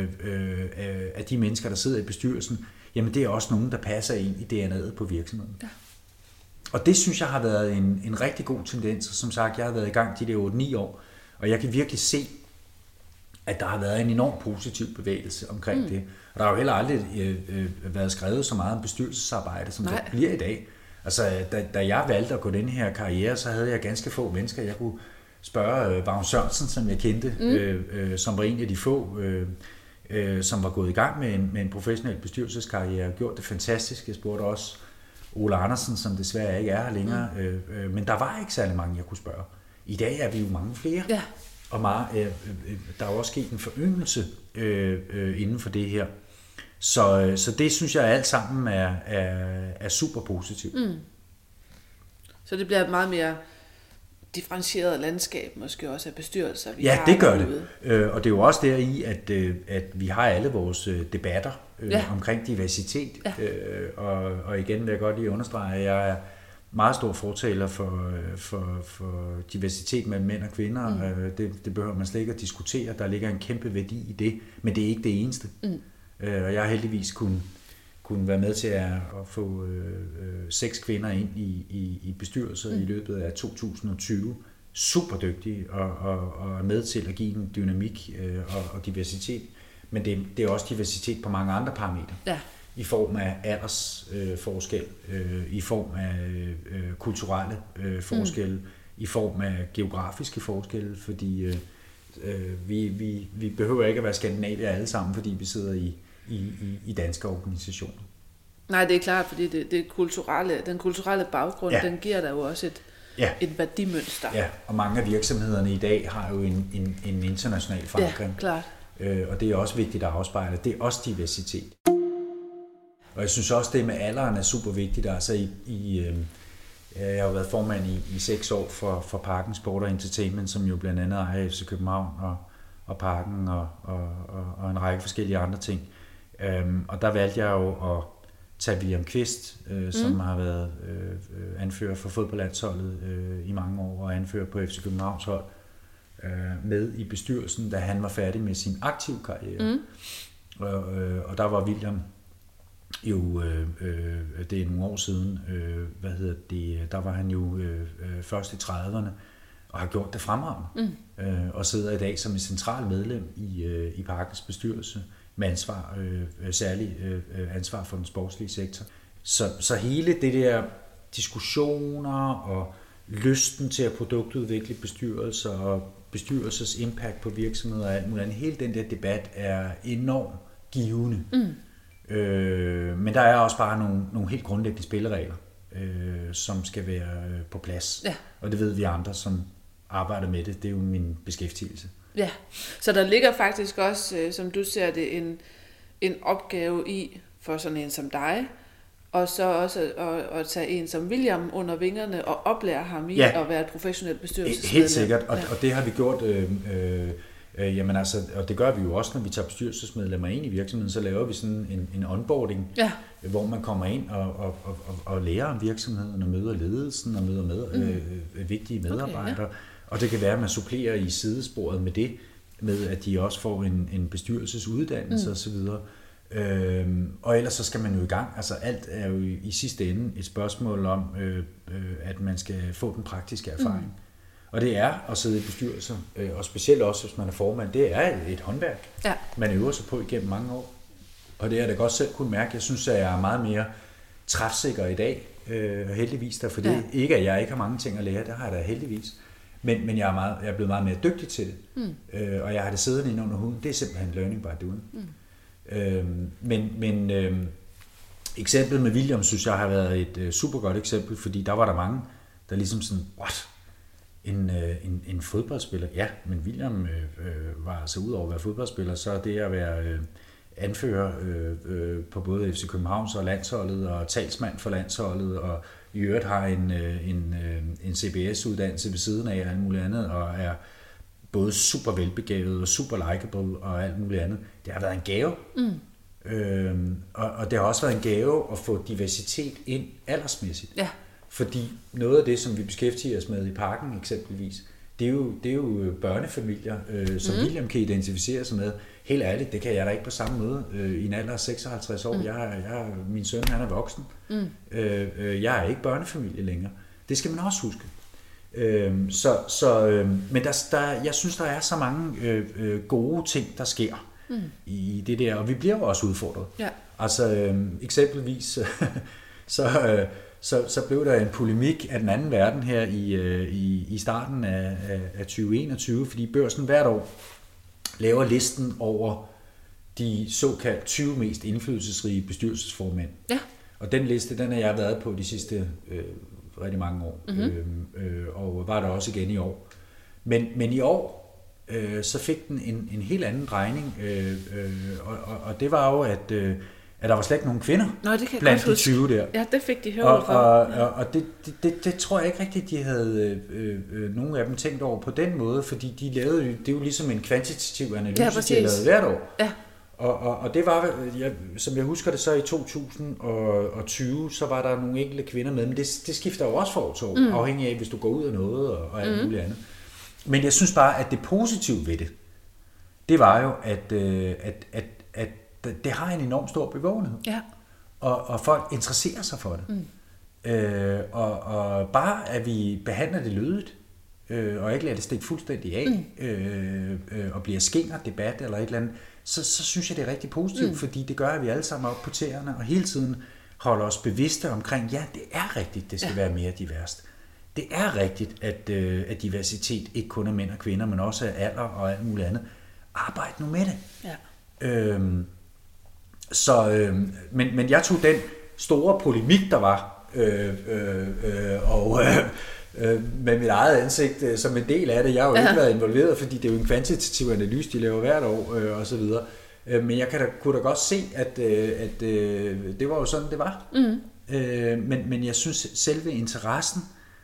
af de mennesker, der sidder i bestyrelsen, jamen det er også nogen, der passer ind i DNA'et på virksomheden. Og det synes jeg har været en rigtig god tendens, og som sagt, jeg har været i gang de der 8-9 år, og jeg kan virkelig se, at der har været en enorm positiv bevægelse omkring det. Og der har jo heller aldrig været skrevet så meget om bestyrelsesarbejde, som der bliver i dag. Altså, da jeg valgte at gå den her karriere, så havde jeg ganske få mennesker. Jeg kunne spørge Vagn Sørensen, som jeg kendte, som var en af de få som var gået i gang med en professionel bestyrelseskarriere, og gjort det fantastisk. Jeg spurgte også Ole Andersen, som desværre ikke er her længere, men der var ikke særlig mange, jeg kunne spørge. I dag er vi jo mange flere, og der er også sket en foryngelse inden for det her. Så det synes jeg alt sammen er super positivt. Så det bliver meget mere differentieret landskab, måske også af bestyrelser. Det gør det. Og det er jo også deri, at vi har alle vores debatter omkring diversitet. Og igen vil jeg godt lige understrege, at jeg er meget stor fortaler for diversitet mellem mænd og kvinder. Det behøver man slet ikke at diskutere. Der ligger en kæmpe værdi i det, men det er ikke det eneste. Og jeg har heldigvis kunne være med til at få 6 kvinder ind i bestyrelser i løbet af 2020. Super dygtige og er med til at give en dynamik og diversitet. Men det er også diversitet på mange andre parametre. Ja. I form af aldersforskel, i form af kulturelle forskelle, i form af geografiske forskelle, fordi vi behøver ikke at være skandinavier alle sammen, fordi vi sidder i danske organisationer. Nej, det er klart, fordi den kulturelle baggrund, den giver der jo også et værdimønster. Ja, og mange af virksomhederne i dag har jo en international forankring. Ja, klart. Og det er også vigtigt at afspejle. Det er også diversitet. Og jeg synes også, det med alderen er super vigtigt. Altså jeg har jo været formand i 6 år for Parken Sport og Entertainment, som jo blandt andet ejer FC København og Parken og en række forskellige andre ting. Og der valgte jeg jo at tage William Kvist, som har været anfører for fodboldlandsholdet i mange år og anfører på FC Københavns hold, med i bestyrelsen, da han var færdig med sin aktive karriere. Og der var William jo, det er nogle år siden, der var han jo først i 30'erne, og har gjort det fremragende, og sidder i dag som et centralt medlem i Parkens bestyrelse, med ansvar, særligt ansvar for den sportslige sektor. Så hele det der diskussioner og lysten til at produktudvikle bestyrelser og bestyrelsers impact på virksomheder og alt muligt andet, hele den der debat er enormt givende. Men der er også bare nogle helt grundlæggende spilleregler, som skal være på plads. Ja. Og det ved vi andre, som arbejder med det. Det er jo min beskæftigelse. Ja, så der ligger faktisk også, som du ser det, en opgave i for sådan en som dig, og så også at tage en som William under vingerne og oplære ham i at være et professionelt bestyrelsesmedlem. Helt sikkert, og det har vi gjort, jamen altså, og det gør vi jo også, når vi tager bestyrelsesmedlemmer ind i virksomheden, så laver vi sådan en onboarding, hvor man kommer ind og lærer om virksomheden og møder ledelsen og møder vigtige medarbejdere. Okay, og det kan være, at man supplerer i sidesporet med det, med at de også får en bestyrelsesuddannelse osv. Og ellers så skal man jo i gang. Altså alt er jo i sidste ende et spørgsmål om, at man skal få den praktiske erfaring. Og det er at sidde i bestyrelser, og specielt også, hvis man er formand, det er et håndværk, man øver sig på igennem mange år. Og det er jeg da godt selv kunne mærke. Jeg synes, at jeg er meget mere træfsikker i dag, heldigvis der, fordi ikke at jeg ikke har mange ting at lære, det har jeg da heldigvis. Men jeg er blevet meget mere dygtig til det, og jeg har det siddende inde under huden. Det er simpelthen learning by doing. Men eksemplet med William, synes jeg, har været et super godt eksempel, fordi der var der mange, der ligesom sådan, what? En fodboldspiller? Ja, men William var altså ud over at være fodboldspiller, så det at være anfører på både FC Københavns og landsholdet, og talsmand for landsholdet, og i øvrigt har en CBS-uddannelse ved siden af alt muligt andet, og er både super velbegavet og super likeable og alt muligt andet. Det har været en gave. Og det har også været en gave at få diversitet ind aldersmæssigt. Ja. Fordi noget af det, som vi beskæftiger os med i Parken eksempelvis, det er jo børnefamilier, som William kan identificere sig med. Helt ærligt, det kan jeg da ikke på samme måde i en alder af 56 år. Min søn, han er voksen. Jeg er ikke børnefamilie længere. Det skal man også huske. Men jeg synes, der er så mange gode ting, der sker i det der, og vi bliver jo også udfordret. Ja. Altså eksempelvis, så blev der en polemik af den anden verden her i starten af 2021, fordi Børsen hvert år laver listen over de såkaldt 20 mest indflydelsesrige bestyrelsesformænd. Ja. Og den liste, den har jeg været på de sidste rigtig mange år, og var der også igen i år. Men i år, så fik den en helt anden drejning, og det var jo, at der var slet ikke nogen kvinder blandt de 20 der. Ja, det fik de hørt for. Og det tror jeg ikke rigtigt, de havde nogen af dem tænkt over på den måde, fordi de lavede det er jo ligesom en kvantitativ analyse, de lavede hvert år. Ja. Og det var, som jeg husker det så i 2020, så var der nogle enkelte kvinder med, men det skifter jo også for år til år, afhængig af, hvis du går ud af noget og alt muligt andet. Men jeg synes bare, at det positive ved det var jo, at det har en enorm stor bevågenhed. Ja. Og folk interesserer sig for det. Og bare at vi behandler det lødigt, og ikke lader det stikke fuldstændig af, og bliver skinger debat eller et eller andet, så synes jeg, det er rigtig positivt, fordi det gør, at vi alle sammen er oppe på tæerne, og hele tiden holder os bevidste omkring, ja, det er rigtigt, det skal være mere diverst. Det er rigtigt, at diversitet ikke kun er mænd og kvinder, men også er alder og alt muligt andet. Arbejd nu med det. Ja. Men jeg tog den store polemik, der var, med mit eget ansigt som en del af det. Jeg har jo ikke været involveret, fordi det er jo en kvantitativ analyse, de laver hvert år, og så videre. Men jeg kunne da godt se, at det var jo sådan, det var. Men jeg synes, selve interessen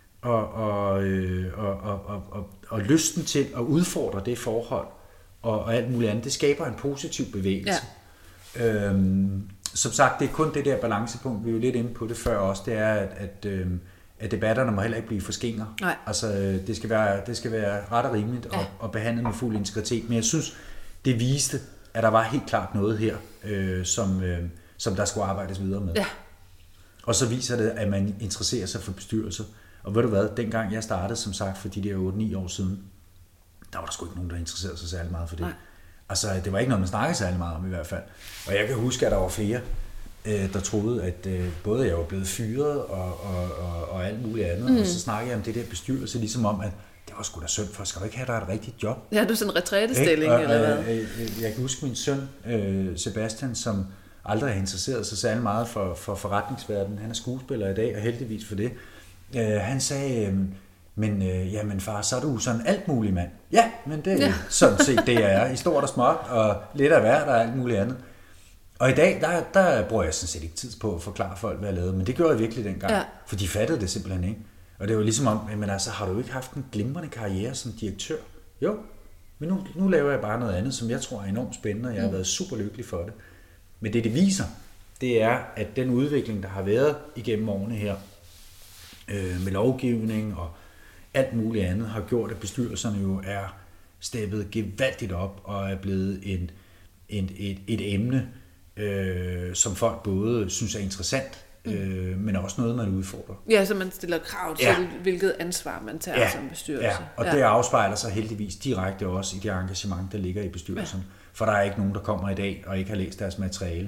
og lysten til at udfordre det forhold, og alt muligt andet, det skaber en positiv bevægelse. Ja. Som sagt, det er kun det der balancepunkt, vi er jo lidt inde på det før også, det er, at debatterne må heller ikke blive for skinger. Nej. Altså, det skal være ret og rimeligt og behandlet med fuld integritet. Men jeg synes, det viste, at der var helt klart noget her, som der skulle arbejdes videre med. Ja. Og så viser det, at man interesserer sig for bestyrelser. Og ved du hvad, dengang jeg startede, som sagt, for de der 8-9 år siden, der var der sgu ikke nogen, der interesserede sig særlig meget for det. Nej. Altså, det var ikke noget, man snakkede særlig meget om i hvert fald. Og jeg kan huske, at der var flere, der troede, at både jeg var blevet fyret og alt muligt andet, og så snakkede jeg om det der bestyrelse, ligesom om, at det var sgu da synd for, skal du ikke have dig et rigtigt job? Ja, du er sådan en retrætestilling, eller hvad? Jeg kan huske min søn, Sebastian, som aldrig har interesseret sig særlig meget for forretningsverdenen. Han er skuespiller i dag, og heldigvis for det. Han sagde, jamen far, så er du sådan alt mulig mand. Ja, men det er sådan set det, jeg er. I stort og småt, og lidt af hvert og alt muligt andet. Og i dag, der bruger jeg sådan set ikke tid på at forklare folk, hvad jeg lavede, men det gjorde jeg virkelig dengang, for de fattede det simpelthen ikke. Og det var ligesom om, men altså, har du ikke haft en glimrende karriere som direktør? Jo, men nu laver jeg bare noget andet, som jeg tror er enormt spændende, og jeg har været super lykkelig for det. Men det viser, det er, at den udvikling, der har været igennem årene her, med lovgivning og alt muligt andet, har gjort, at bestyrelserne jo er steppet gevaldigt op og er blevet et emne, som folk både synes er interessant, men også noget, man udfordrer. Ja, så man stiller krav til, hvilket ansvar man tager som bestyrelse. Ja, og det afspejler sig heldigvis direkte også i det engagement, der ligger i bestyrelsen. Ja. For der er ikke nogen, der kommer i dag og ikke har læst deres materiale,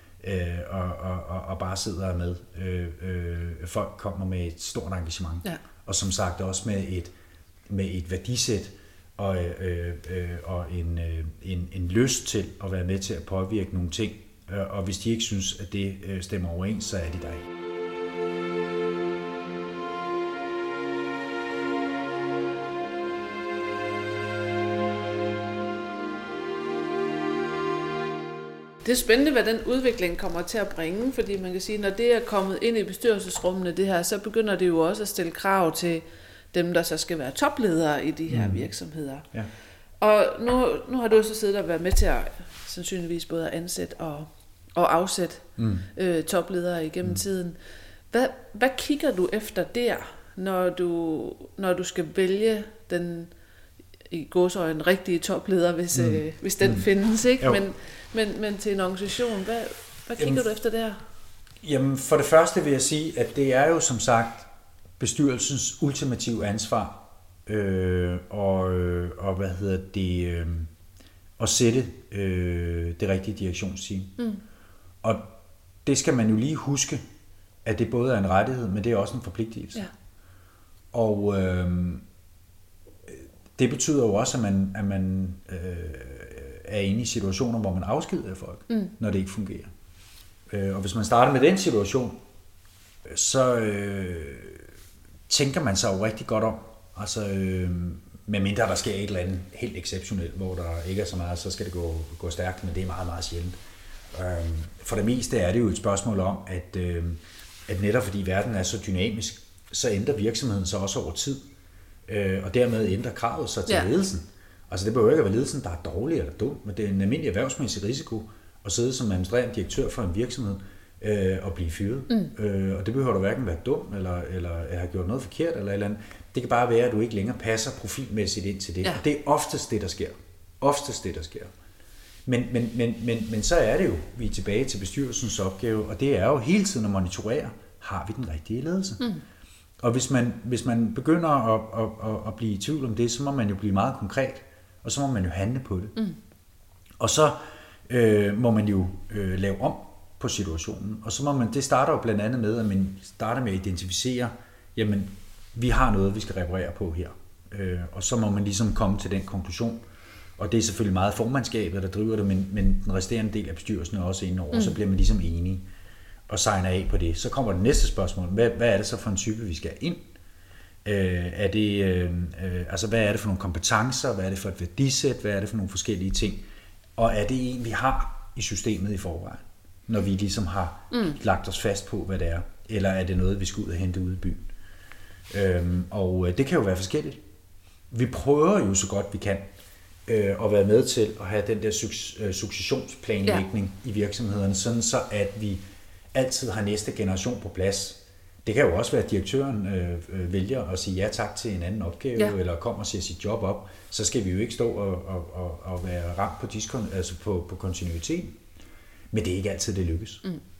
og bare sidder med. Folk kommer med et stort engagement, og som sagt også med et værdisæt, og en lyst til at være med til at påvirke nogle ting. Og hvis de ikke synes, at det stemmer overens, så er de der ikke. Det er spændende, hvad den udvikling kommer til at bringe, fordi man kan sige, når det er kommet ind i bestyrelsesrummene, det her, så begynder det jo også at stille krav til dem, der så skal være topledere i de her virksomheder. Ja. Og nu har du så siddet og været med til at sandsynligvis både at ansætte og afsætte topledere igennem tiden. Hvad kigger du efter der, når du skal vælge den i gåseøjne rigtige topleder, hvis den findes, ikke? Men til en organisation, hvad kigger du efter der? Jamen, for det første vil jeg sige, at det er jo som sagt bestyrelsens ultimative ansvar at sætte det rigtige direktionsteam. Og det skal man jo lige huske, at det både er en rettighed, men det er også en forpligtelse. Ja. Og det betyder jo også, at man er inde i situationer, hvor man afskediger folk, når det ikke fungerer. Og hvis man starter med den situation, så tænker man sig jo rigtig godt om. Altså, medmindre der sker et eller andet helt exceptionelt, hvor der ikke er så meget, så skal det gå stærkt, men det er meget, meget sjældent. For det meste er det jo et spørgsmål om, at netop fordi verden er så dynamisk, så ændrer virksomheden sig også over tid. Og dermed ændrer kravet sig til ledelsen. Altså det behøver ikke at være ledelsen, der er dårlig eller dum, men det er en almindelig erhvervsmæssig risiko at sidde som administrerende direktør for en virksomhed og blive fyret. Og det behøver du hverken være dum eller have gjort noget forkert eller et eller andet. Det kan bare være, at du ikke længere passer profilmæssigt ind til det. Og det er oftest det, der sker. Men så er det jo, vi er tilbage til bestyrelsens opgave, og det er jo hele tiden at monitorere, har vi den rigtige ledelse? Og hvis man begynder at blive i tvivl om det, så må man jo blive meget konkret, og så må man jo handle på det. Og så må man jo lave om på situationen. Og så må man, det starter jo blandt andet med, at man starter med at identificere, jamen, vi har noget, vi skal reparere på her. Og så må man ligesom komme til den konklusion. Og det er selvfølgelig meget formandskabet, der driver det, men den resterende del af bestyrelsen er også inde over. Så bliver man ligesom enige og signer af på det. Så kommer det næste spørgsmål. Hvad er det så for en type, vi skal ind? Altså hvad er det for nogle kompetencer? Hvad er det for et værdisæt? Hvad er det for nogle forskellige ting? Og er det en, vi har i systemet i forvejen, når vi ligesom har lagt os fast på, hvad det er? Eller er det noget, vi skal ud og hente ude i byen? Og det kan jo være forskelligt. Vi prøver jo så godt vi kan at være med til at have den der successionsplanlægning i virksomhederne, sådan så at vi altid har næste generation på plads. Det kan jo også være, at direktøren vælger at sige ja tak til en anden opgave, eller kommer og siger sit job op. Så skal vi jo ikke stå og være ramt på kontinuiteten. Men det er ikke altid, det lykkes.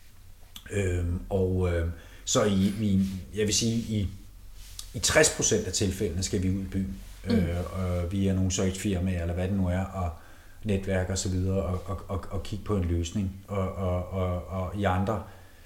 Så jeg vil sige, i 60% af tilfældene skal vi ud i byen. Via nogle searchfirmaer, eller hvad det nu er, og netværk og så videre, og kigge på en løsning. Og i andre,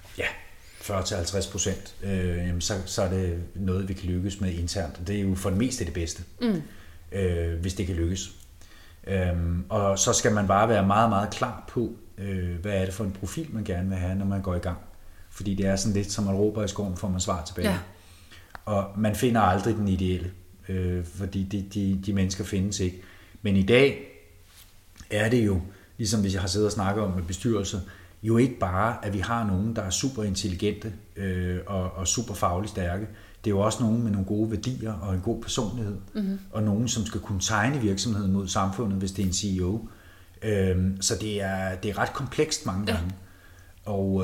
40-50%, så er det noget, vi kan lykkes med internt. Og det er jo for det meste det bedste, hvis det kan lykkes. Og så skal man bare være meget, meget klar på, hvad er det for en profil, man gerne vil have, når man går i gang. Fordi det er sådan lidt, som man råber i skoven, får man svar tilbage. Ja. Og man finder aldrig den ideelle, fordi de mennesker findes ikke. Men i dag er det jo, ligesom hvis jeg har siddet og snakket om med bestyrelser, jo ikke bare, at vi har nogen, der er super intelligente og super fagligt stærke. Det er jo også nogen med nogle gode værdier og en god personlighed. Og nogen, som skal kunne tegne virksomheden mod samfundet, hvis det er en CEO. Så det er ret komplekst mange gange. Og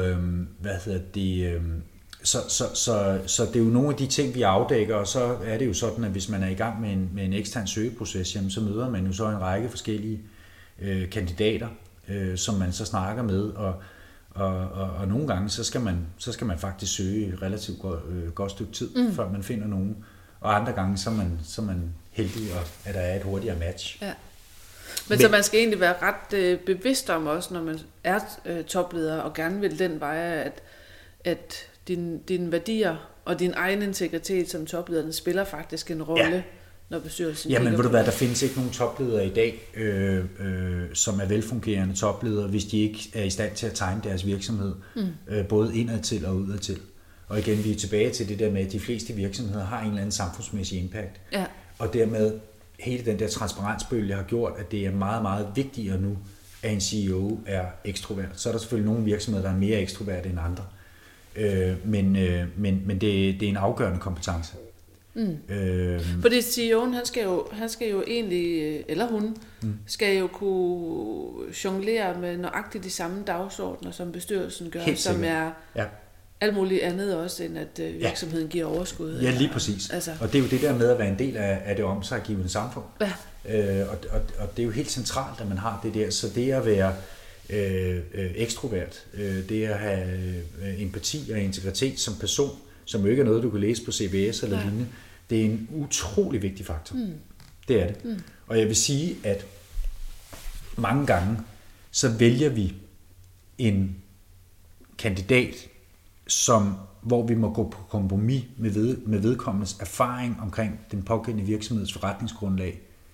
så det er jo nogle af de ting, vi afdækker, og så er det jo sådan, at hvis man er i gang med en ekstern søgeproces, jamen, så møder man jo så en række forskellige kandidater, som man så snakker med, og nogle gange, så skal man faktisk søge et relativt godt stykke tid, før man finder nogen, og andre gange, så er man heldig, at der er et hurtigere match. Ja. Men så man skal egentlig være ret bevidst om også, når man er topleder, og gerne vil den vej, at dine værdier og din egen integritet som topleder spiller faktisk en rolle, når bestyrelsen men ved du hvad, der findes ikke nogen topledere i dag, som er velfungerende topledere, hvis de ikke er i stand til at tegne deres virksomhed, både indadtil og udadtil. Og igen, vi er tilbage til det der med, at de fleste virksomheder har en eller anden samfundsmæssig impact. Ja. Og dermed hele den der transparensbølge har gjort, at det er meget, meget vigtigere nu, at en CEO er ekstrovert. Så er der selvfølgelig nogle virksomheder, der er mere ekstrovert end andre. Men det er en afgørende kompetence. Fordi CEO'en, han skal jo egentlig, eller hun, skal jo kunne jonglere med nøjagtigt de samme dagsordner, som bestyrelsen gør, som er alt muligt andet også, end at virksomheden giver overskud. Ja, lige præcis. Altså. Og det er jo det der med at være en del af det omsaggivende samfund. Ja. Og det er jo helt centralt, at man har det der. Så det at være ekstrovert, det at have empati og integritet som person, som jo ikke er noget, du kan læse på CBS eller lignende, det er en utrolig vigtig faktor. Det er det. Og jeg vil sige, at mange gange, så vælger vi en kandidat, hvor vi må gå på kompromis med vedkommendes erfaring omkring den pågældende virksomheds forretningsgrundlag,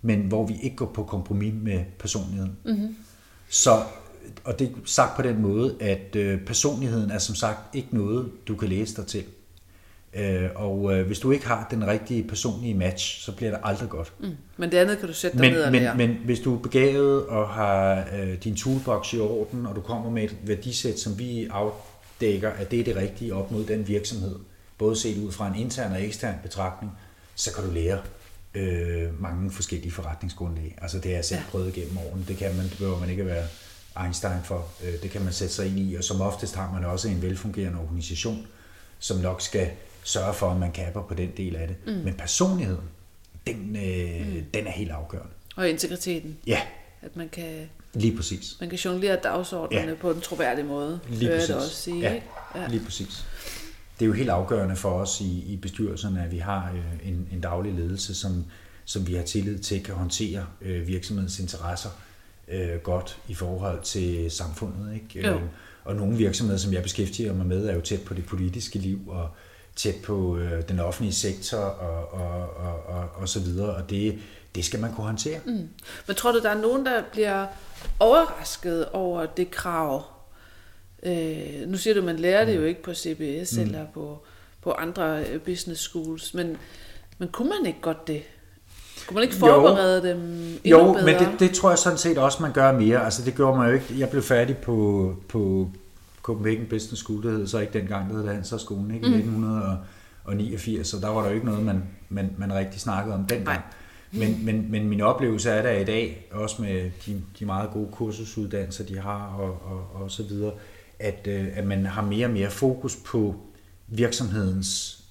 men hvor vi ikke går på kompromis med personligheden. Mm-hmm. Så, og det er sagt på den måde, at personligheden er som sagt ikke noget, du kan læse dig til. Og hvis du ikke har den rigtige personlige match, så bliver det aldrig godt. Men det andet kan du sætte dig ned og lære. Men hvis du er begavet og har din toolbox i orden, og du kommer med et værdisæt, som vi afdækker, at det er det rigtige op mod den virksomhed, både set ud fra en intern og ekstern betragtning, så kan du lære mange forskellige forretningsgrundlag. Altså det har jeg selv prøvet gennem årene. Det behøver man ikke være Einstein for. Det kan man sætte sig ind i, og som oftest har man også en velfungerende organisation, som nok skal sørge for, at man kapper på den del af det. Men personligheden, den er helt afgørende. Og integriteten. Ja. At man kan... Lige præcis. Man kan jonglere dagsordnerne på en troværdig måde. Lige præcis. Det også sige, ja. Ikke? Ja, lige præcis. Det er jo helt afgørende for os i bestyrelserne, at vi har en daglig ledelse, som vi har tillid til, kan håndtere virksomhedens interesser godt i forhold til samfundet. Ikke? Og nogle virksomheder, som jeg beskæftiger mig med, er jo tæt på det politiske liv og tæt på den offentlige sektor og så videre, og det skal man kunne håndtere. Men tror du, der er nogen, der bliver overrasket over det krav? Nu siger du, at man lærer det jo ikke på CBS eller på andre business schools, men kunne man ikke godt det? Kunne man ikke forberede dem endnu bedre? Men det tror jeg sådan set også, man gør mere. Altså det gjorde man jo ikke. Jeg blev færdig på Copenhagen Business School, det hed så ikke dengang, det hed Handelshøjskolen, ikke? I 1989, så der var der jo ikke noget, man rigtig snakkede om dengang. Men min oplevelse er der i dag, også med de meget gode kursusuddannelser, de har og så videre, at man har mere og mere fokus på virksomheden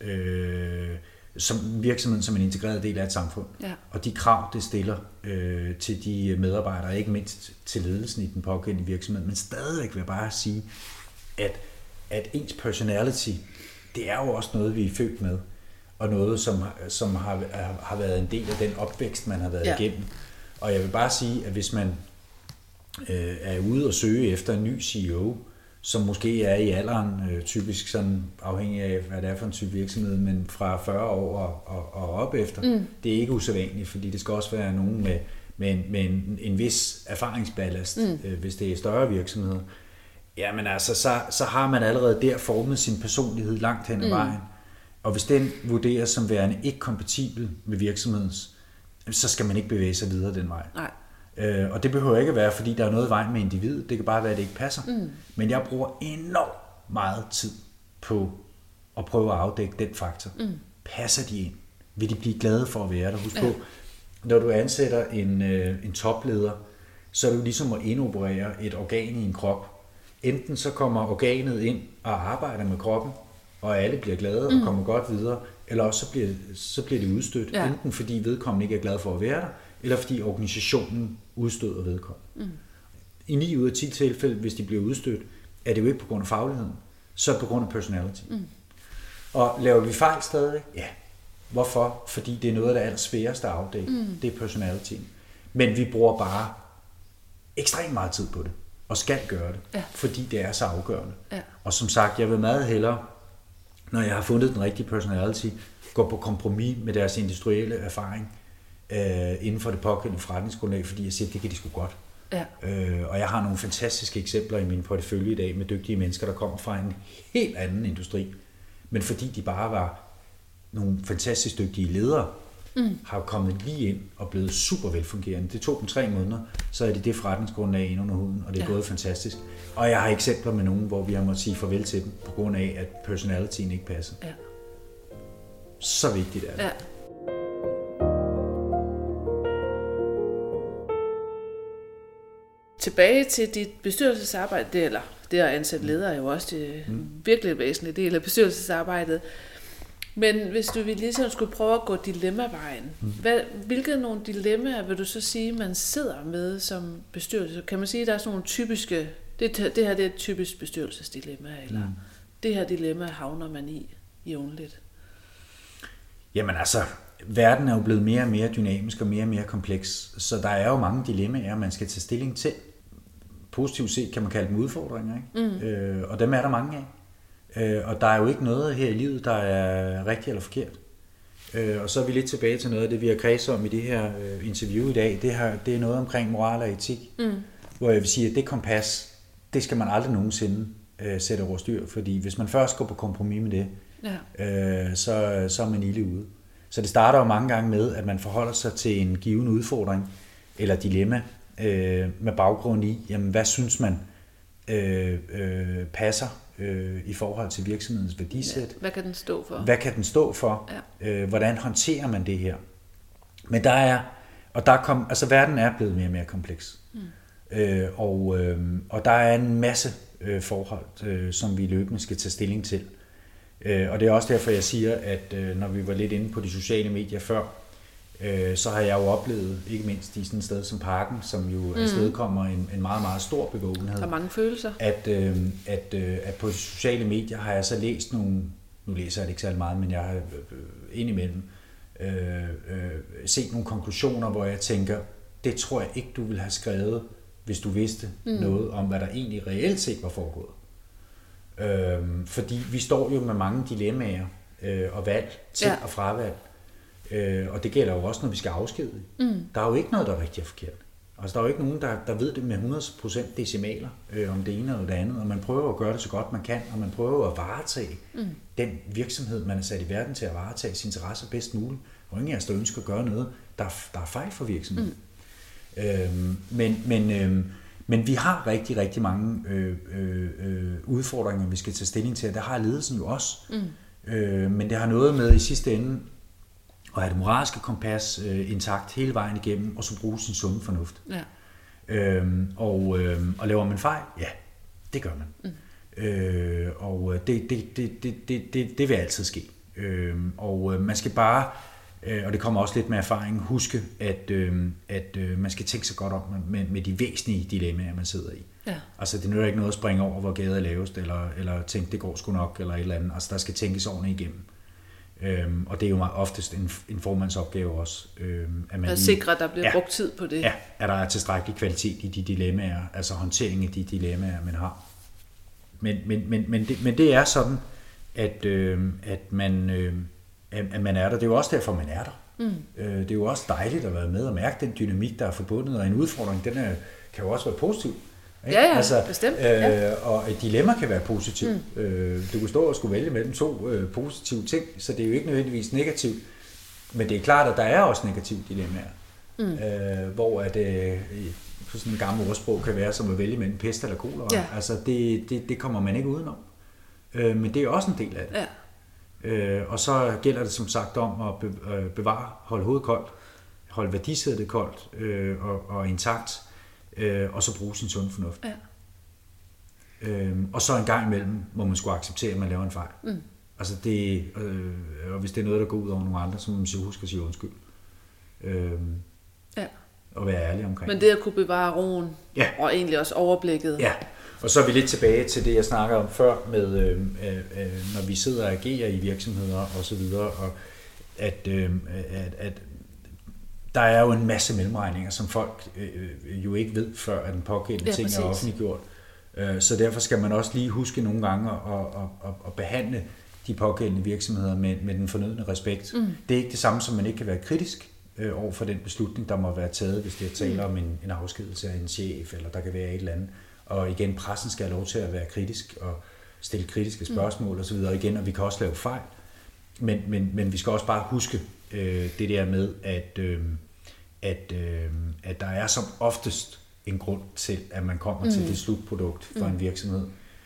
som en integreret del af et samfund. Ja. Og de krav, det stiller til de medarbejdere, ikke mindst til ledelsen i den pågældende virksomhed, men stadigvæk vil jeg bare sige, at ens personality, det er jo også noget, vi er født med, og noget, som har været en del af den opvækst, man har været igennem. Og jeg vil bare sige, at hvis man er ude og søge efter en ny CEO, som måske er i alderen, typisk sådan afhængig af, hvad det er for en type virksomhed, men fra 40 år og op efter, det er ikke usædvanligt, fordi det skal også være nogen med en vis erfaringsballast, hvis det er større virksomheder. Jamen altså, så har man allerede der formet sin personlighed langt hen ad vejen, og hvis den vurderes som værende ikke kompatibel med virksomhedens, så skal man ikke bevæge sig videre den vej. Nej. Og det behøver ikke at være, fordi der er noget i vejen med individet. Det kan bare være, at det ikke passer. Men jeg bruger enormt meget tid på at prøve at afdække den faktor. Passer de ind? Vil de blive glade for at være der? Husk på, når du ansætter en topleder, så er det jo ligesom at indoperere et organ i en krop. Enten så kommer organet ind og arbejder med kroppen, og alle bliver glade og kommer godt videre, eller også så bliver det udstødt. Enten fordi vedkommende ikke er glad for at være der, eller fordi organisationen udstøder vedkommende. I 9 ud af 10 tilfælde, hvis de bliver udstødt, er det jo ikke på grund af fagligheden, så er det på grund af personality. Og laver vi fejl stadigvæk? Ja. Hvorfor? Fordi det er noget af det allersværeste at afdække. Det er personalityen. Men vi bruger bare ekstremt meget tid på det, og skal gøre det, fordi det er så afgørende. Og som sagt, jeg vil meget hellere, når jeg har fundet den rigtige personality, gå på kompromis med deres industrielle erfaring, inden for det pågældende forretningsgrundlag, fordi jeg siger, at det kan de sgu godt. Ja. Og jeg har nogle fantastiske eksempler i min portefølje i dag med dygtige mennesker, der kommer fra en helt anden industri, men fordi de bare var nogle fantastisk dygtige ledere, har kommet lige ind og blevet super velfungerende. Det tog dem 3 måneder, så er det forretningsgrundlag ind under huden, og det er gået fantastisk. Og jeg har eksempler med nogen, hvor vi har måttet sige farvel til dem, på grund af, at personalityen ikke passer. Ja. Så vigtigt er det. Ja. Tilbage til dit bestyrelsesarbejde, eller det at ansætte ledere er jo også det virkelig væsentlige del af bestyrelsesarbejdet. Men hvis du ligesom skulle prøve at gå dilemmavejen, hvilke nogle dilemmaer vil du så sige, man sidder med som bestyrelse? Kan man sige, at der er sådan nogle typiske, det her det er et typisk bestyrelsesdilemma, eller det her dilemma havner man i jævnligt? Jamen altså, verden er jo blevet mere og mere dynamisk og mere kompleks, så der er jo mange dilemmaer, man skal tage stilling til. Positivt set kan man kalde dem udfordringer, ikke? Og dem er der mange af. Og der er jo ikke noget her i livet, der er rigtigt eller forkert. Og så er vi lidt tilbage til noget af det, vi har kredset om i det her interview i dag. Det er noget omkring moral og etik, hvor jeg vil sige, at det kompas, det skal man aldrig nogensinde sætte over styr, fordi hvis man først går på kompromis med det, så er man ilde ude. Så det starter jo mange gange med, at man forholder sig til en given udfordring eller dilemma med baggrund i, jamen, hvad synes man passer i forhold til virksomhedens værdisæt. Ja, hvad kan den stå for? Hvad kan den stå for? Ja. Hvordan håndterer man det her? Men verden er blevet mere og mere kompleks. Og der er en masse forhold, som vi løbende skal tage stilling til. Og det er også derfor, jeg siger, at når vi var lidt inde på de sociale medier før, så har jeg jo oplevet, ikke mindst i sådan et sted som Parken, som jo afstedkommer en meget, meget stor bevågenhed. Der er mange følelser. At på de sociale medier har jeg så læst nogle, nu læser jeg det ikke særlig meget, men jeg har indimellem set nogle konklusioner, hvor jeg tænker, det tror jeg ikke, du ville have skrevet, hvis du vidste noget om, hvad der egentlig reelt set var foregået. Fordi vi står jo med mange dilemmaer og valg, til og fravalg. Og det gælder jo også, når vi skal afskedige. Der er jo ikke noget, der er rigtig og forkert. Altså, der er jo ikke nogen, der ved det med 100% decimaler om det ene eller det andet, og man prøver at gøre det så godt man kan, og man prøver at varetage den virksomhed, man er sat i verden til at varetage sine interesser bedst muligt. Og ingen af os, der ønsker at gøre noget, der er fejl for virksomheden. Men vi har rigtig, rigtig mange udfordringer, vi skal tage stilling til, og der har ledelsen jo også. Men det har noget med i sidste ende at have det moralske kompas intakt hele vejen igennem, og så bruge sin sunde fornuft. Ja. Og laver man fejl? Ja, det gør man. Og det vil altid ske. Og man skal bare, og det kommer også lidt med erfaring, huske, at man skal tænke sig godt om med de væsentlige dilemmaer, man sidder i. Ja. Altså, det nytter ikke noget at springe over, hvor gaden er lavest, eller tænke, det går sgu nok, eller et eller andet. Altså, der skal tænkes ordentligt igennem. Og det er jo oftest en formandsopgave også. At sikre, at der bliver brugt tid på det. Ja, at der er tilstrækkelig kvalitet i de dilemmaer, altså håndtering af de dilemmaer, man har. Men det er sådan, at man er der. Det er jo også derfor, man er der. Det er jo også dejligt at være med og mærke den dynamik, der er forbundet, og en udfordring, den kan jo også være positiv. Ja, altså, bestemt. Og et dilemma kan være positivt. Du kunne stå og skulle vælge mellem to positive ting, så det er jo ikke nødvendigvis negativt. Men det er klart, at der er også negative dilemmaer. Hvor at på sådan en gammel ordsprog kan være som at vælge mellem pest eller kolera. Ja. Altså det kommer man ikke udenom. Men det er også en del af det. Ja. Og så gælder det som sagt om at holde hovedet koldt, holde værdisættet koldt og intakt, og så bruge sin sunde fornuft. Ja. Og så en gang imellem må man skulle acceptere, at man laver en fejl. Altså og hvis det er noget, der går ud over nogle andre, så må man huske at sige undskyld. Og være ærlig omkring. Men det at kunne bevare roen, og egentlig også overblikket. Ja, og så er vi lidt tilbage til det, jeg snakker om før, med når vi sidder og agerer i virksomheder og så videre, og at der er jo en masse mellemregninger, som folk jo ikke ved, før at den pågældende ting er offentliggjort. Så derfor skal man også lige huske nogle gange at behandle de pågældende virksomheder med den fornødne respekt. Det er ikke det samme, som man ikke kan være kritisk over for den beslutning, der må være taget, hvis det er tale om en afskedelse af en chef, eller der kan være et eller andet. Og igen, pressen skal have lov til at være kritisk og stille kritiske spørgsmål osv. Igen, og vi kan også lave fejl. Men vi skal også bare huske det der med, at der er som oftest en grund til, at man kommer til det slutprodukt for en virksomhed.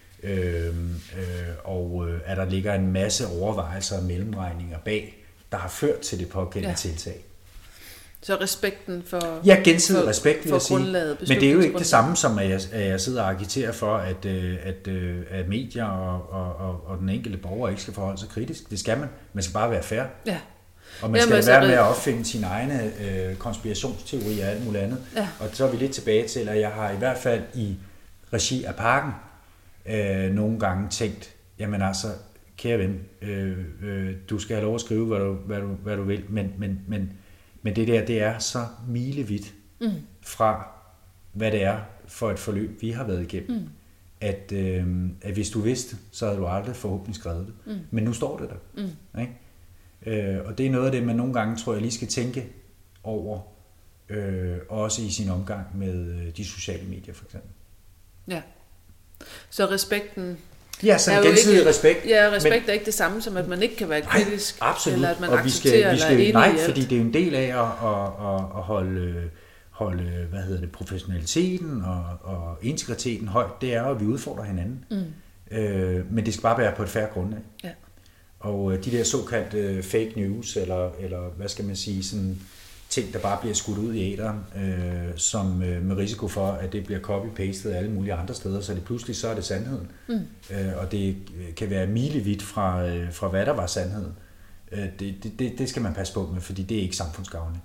Og at der ligger en masse overvejelser og mellemregninger bag, der har ført til det pågældende tiltag. Så respekten for gensidig respekt, vil jeg sige. Men det er jo ikke det samme som, at jeg sidder og agiterer for, at medier og den enkelte borger ikke skal forholde sig kritisk. Det skal man. Man skal bare være fair. Ja. Og man skal være med at opfinde sine egne konspirationsteorier og alt muligt andet. Ja. Og så er vi lidt tilbage til, at jeg har i hvert fald i regi af Parken nogle gange tænkt, jamen altså, kære ven, du skal have lov at skrive, hvad du vil, men det der, det er så milevidt fra, hvad det er for et forløb, vi har været igennem. At hvis du vidste, så havde du aldrig forhåbentlig skrevet det. Men nu står det der. Ikke? Og det er noget af det, man nogle gange, tror jeg, lige skal tænke over, også i sin omgang med de sociale medier, for eksempel. Ja. Så respekten... Ja, så en gensidig respekt. Ja, respekt er ikke det samme som, at man ikke kan være kritisk. Nej, absolut. Eller at man og accepterer vi skal, eller er enig nej, i alt. fordi det er jo en del af at holde professionaliteten og integriteten højt. Det er jo, at vi udfordrer hinanden. Men det skal bare være på et fair grundlag. Ja. Og de der såkaldte fake news, eller hvad skal man sige, sådan ting, der bare bliver skudt ud i æteren, som med risiko for, at det bliver copy-pastet alle mulige andre steder, så det pludselig så er det sandheden. Og det kan være milevidt fra hvad der var sandheden. Det skal man passe på med, fordi det er ikke samfundsgavnligt.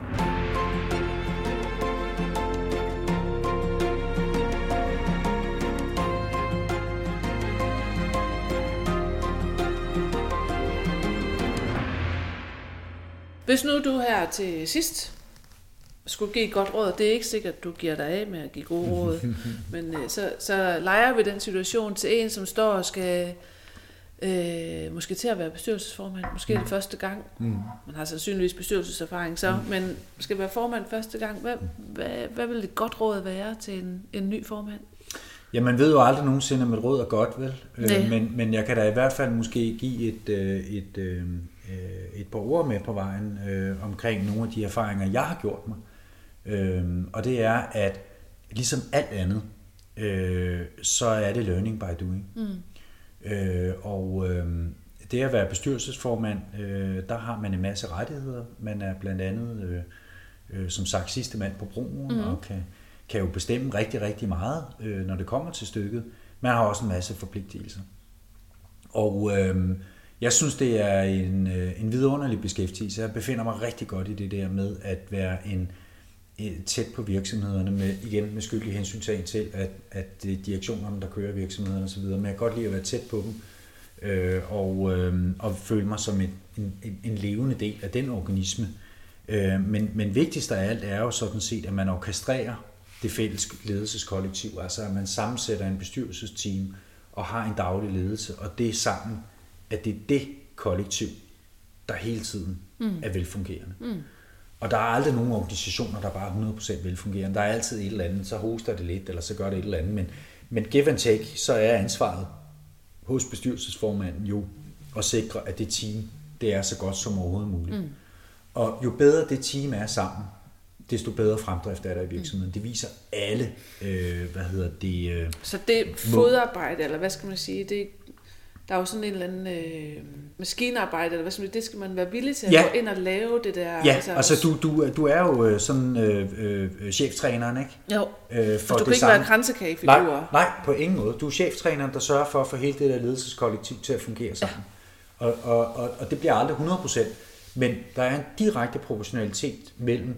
Hvis nu du her til sidst skulle give et godt råd, det er ikke sikkert, at du giver dig af med at give gode råd, men så leger vi den situation til en, som står og skal måske til at være bestyrelsesformand, måske det første gang. Man har sandsynligvis bestyrelseserfaring så, men skal være formand første gang. Hvad vil et godt råd være til en ny formand? Ja, man ved jo aldrig nogensinde, om et råd er godt, vel? Men jeg kan da i hvert fald måske give et par ord med på vejen omkring nogle af de erfaringer, jeg har gjort mig. Og det er, at ligesom alt andet, så er det learning by doing. Det at være bestyrelsesformand, der har man en masse rettigheder. Man er blandt andet, som sagt, sidste mand på broen, og kan jo bestemme rigtig, rigtig meget, når det kommer til stykket. Man har også en masse forpligtelser. Og jeg synes, det er en vidunderlig beskæftigelse. Jeg befinder mig rigtig godt i det der med at være tæt på virksomhederne, med skyldig hensyntagen til, at det er direktionerne, der kører virksomhederne osv., men jeg kan godt lide at være tæt på dem, og føle mig som en levende del af den organisme. Men vigtigst af alt er jo sådan set, at man orkestrerer det fælles ledelseskollektiv, altså at man sammensætter en bestyrelsesteam og har en daglig ledelse, og det er sammen, at det er det kollektiv, der hele tiden er velfungerende. Og der er aldrig nogen organisationer, der bare er 100% velfungerende. Der er altid et eller andet, så hoster det lidt, eller så gør det et eller andet. Men give and take, så er ansvaret hos bestyrelsesformanden jo at sikre, at det team, det er så godt som overhovedet muligt. Og jo bedre det team er sammen, desto bedre fremdrift er der i virksomheden. Det viser alle, Så det fodarbejde, eller hvad skal man sige, der er jo sådan en eller anden maskinarbejde, eller hvad skal man sige, det skal man være villig til at gå ind og lave det der. Ja, altså du er jo sådan cheftræneren, ikke? Jo, for du kan ikke være kransekagefigur. Nej, på ingen måde. Du er cheftræneren, der sørger for at få hele det der ledelseskollektiv til at fungere sammen. Ja. Og det bliver aldrig 100%, men der er en direkte proportionalitet mellem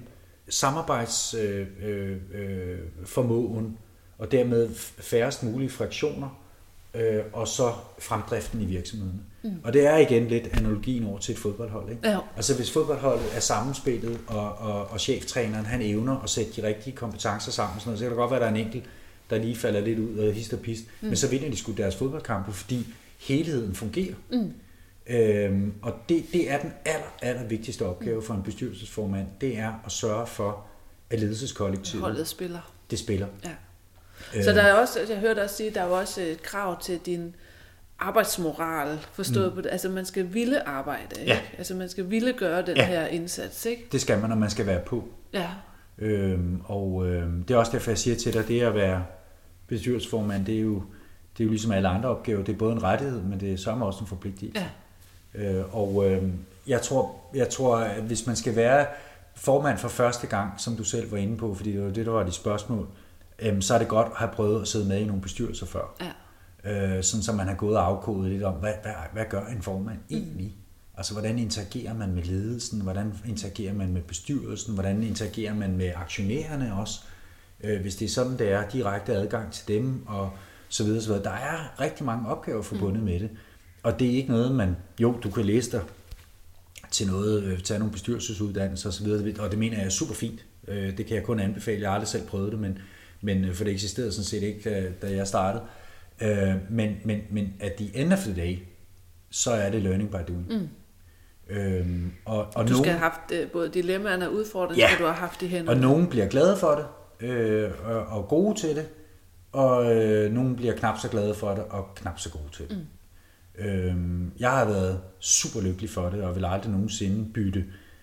samarbejdsformåen og dermed færrest mulige friktioner, og så fremdriften i virksomheden. Og det er igen lidt analogien over til et fodboldhold. Ikke? Ja. Altså hvis fodboldholdet er sammenspillet, og cheftræneren han evner at sætte de rigtige kompetencer sammen, sådan noget, så kan det godt være, at der er en enkelt, der lige falder lidt ud af hist og pist, men så vinder de sgu deres fodboldkampe, fordi helheden fungerer. Og det er den aller vigtigste opgave for en bestyrelsesformand, det er at sørge for, at ledelseskollektivet holdet spiller. Det spiller. Ja. Så der er også, jeg hørte også sige, der er også et krav til din arbejdsmoral, forstået på det. Altså man skal ville arbejde, ikke? Altså man skal ville gøre den her indsats, ikke? Det skal man, og man skal være på. Ja. Det er også derfor, jeg siger til dig, det at være bestyrelsesformand, det er jo ligesom alle andre opgaver. Det er både en rettighed, men det er samme også en forpligtelse. Ja. Jeg tror, at hvis man skal være formand for første gang, som du selv var inde på, fordi det var det, der var dit spørgsmål, så er det godt at have prøvet at sidde med i nogle bestyrelser før. Ja. Sådan så man har gået og afkodet lidt om, hvad gør en formand egentlig? Altså hvordan interagerer man med ledelsen, hvordan interagerer man med bestyrelsen, hvordan interagerer man med aktionærerne også, hvis det er sådan, det er direkte adgang til dem, og så videre, så videre. Der er rigtig mange opgaver forbundet med det, og det er ikke noget, du kan læse dig til noget, tage nogle bestyrelsesuddannelser og så videre, og det mener jeg er super fint. Det kan jeg kun anbefale, jeg har aldrig selv prøvet det, men for det eksisterede sådan set ikke, da jeg startede. Men at the end of the day, så er det learning by doing. Og du skal have haft både dilemmaerne og udfordringer, skal du have haft i hænderne. Og nogen bliver glade for det, og gode til det, og nogen bliver knap så glade for det, og knap så gode til det. Jeg har været super lykkelig for det, og vil aldrig nogensinde bytte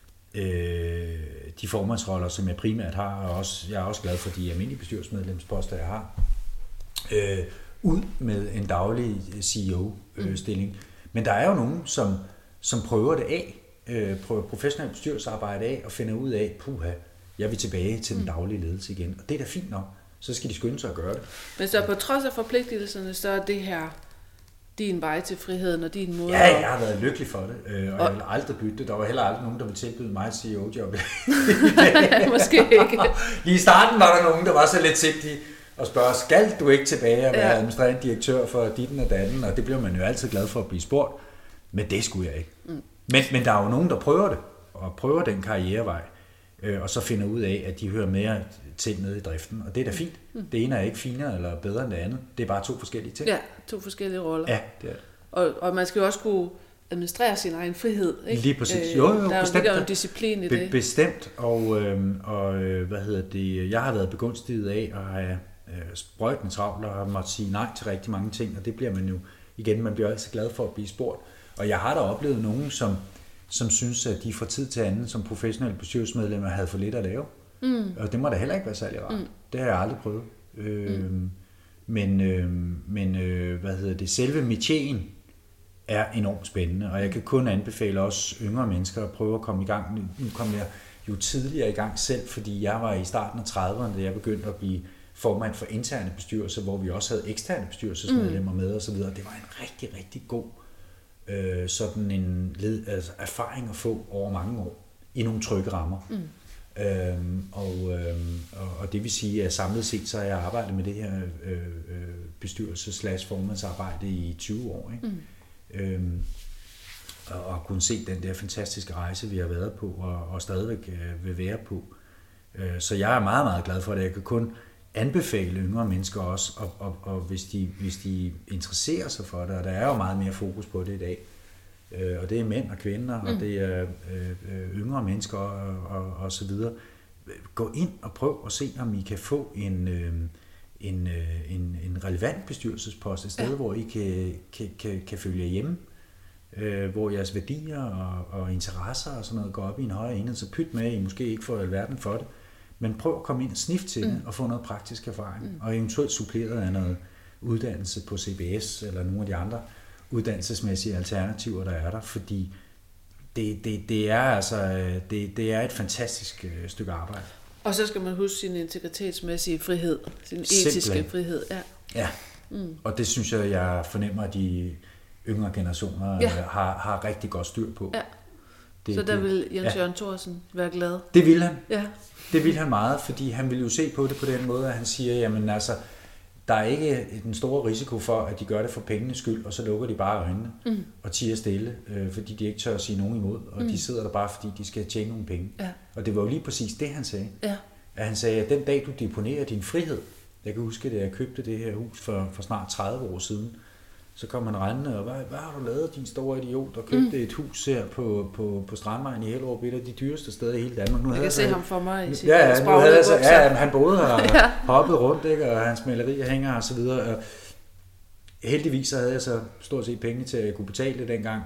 de formandsroller, som jeg primært har, og jeg er også glad for de almindelige bestyrelsesmedlemsposter, jeg har, ud med en daglig CEO-stilling. Men der er jo nogen, som prøver det af, prøver professionelt bestyrelsesarbejde af, og finder ud af, jeg vil tilbage til den daglige ledelse igen. Og det er da fint nok. Så skal de skynde sig at gøre det. Men så på trods af forpligtelserne, så er det her din vej til friheden og din måde... Ja, jeg har været lykkelig for det, og jeg vil aldrig bytte det. Der var heller aldrig nogen, der ville tilbyde mig et CEO-job. Måske ikke. Lige i starten var der nogen, der var så lidt sigtige og spørge, skal du ikke tilbage og være administrerende direktør for ditten og datten? Og det bliver man jo altid glad for at blive spurgt. Men det skulle jeg ikke. Men der er jo nogen, der prøver det, og prøver den karrierevej, og så finder ud af, at de hører mere til nede i driften. Og det er da fint. Det ene er ikke finere eller bedre end det andet. Det er bare 2 forskellige ting. Ja, 2 forskellige roller. Ja, det er. Og man skal jo også kunne administrere sin egen frihed, ikke? Lige præcis. Jo, der bestemt. er jo en disciplin i det. Bestemt. Og jeg har været begunstiget af at have sprøjtende travlt og har måttet sige nej til rigtig mange ting. Og det bliver man jo, igen, man bliver altid glad for at blive spurgt. Og jeg har da oplevet nogen, som synes, at de fra tid til anden som professionelle bestyrelsesmedlemmer havde for lidt at lave. Og det må da heller ikke være særlig rart. Det har jeg aldrig prøvet. Men selve métieren er enormt spændende, og jeg kan kun anbefale også yngre mennesker at prøve at komme i gang. Nu kom jeg jo tidligere i gang selv, fordi jeg var i starten af 30'erne, da jeg begyndte at blive formand for interne bestyrelser, hvor vi også havde eksterne bestyrelsesmedlemmer med osv. Det var en rigtig, rigtig god sådan en erfaring at få over mange år i nogle trygge rammer. Og det vil sige, at samlet set så har jeg arbejdet med det her bestyrelses/formandsarbejde i 20 år. Ikke? Og kunne se den der fantastiske rejse, vi har været på, og stadigvæk vil være på. Så jeg er meget, meget glad for det. Jeg kan kun anbefale yngre mennesker også, og hvis de interesserer sig for det, og der er jo meget mere fokus på det i dag, og det er mænd og kvinder, og det er yngre mennesker og så videre. Gå ind og prøv at se, om I kan få en relevant bestyrelsespost, et sted, hvor I kan følge hjemme, hvor jeres værdier og interesser og sådan noget går op i en højere enhed, så pyt med, I måske ikke får alverden for det, men prøv at komme ind og snifte til det, og få noget praktisk erfaring, og eventuelt suppleret af noget uddannelse på CBS, eller nogle af de andre uddannelsesmæssige alternativer, der er der, fordi det er et fantastisk stykke arbejde. Og så skal man huske sin integritetsmæssige frihed, sin etiske frihed. Ja. Og det synes jeg fornemmer, at de yngre generationer har rigtig godt styr på. Ja. Så der vil Jens Jørgen Thorsen være glad? Det vil han. Ja. Det vil han meget, fordi han vil jo se på det på den måde, at han siger, jamen altså, der er ikke den store risiko for, at de gør det for pengenes skyld, og så lukker de bare øjnene og tiger stille, fordi de ikke tør at sige nogen imod, og de sidder der bare, fordi de skal tjene nogle penge. Ja. Og det var jo lige præcis det, han sagde. Ja. At han sagde, at den dag, du deponerer din frihed, jeg kan huske, da jeg købte det her hus for snart 30 år siden, så kom han rendende, og hvad har du lavet, din store idiot, og købte et hus her på Strandvejen i Hellerup, et af de dyreste steder i hele Danmark. Nu jeg kan se ham for mig i sit spraglede bukser. Han boede her hoppet rundt, ikke, og hans malerier hænger og så videre. Og heldigvis så havde jeg så stort set penge til at kunne betale det dengang,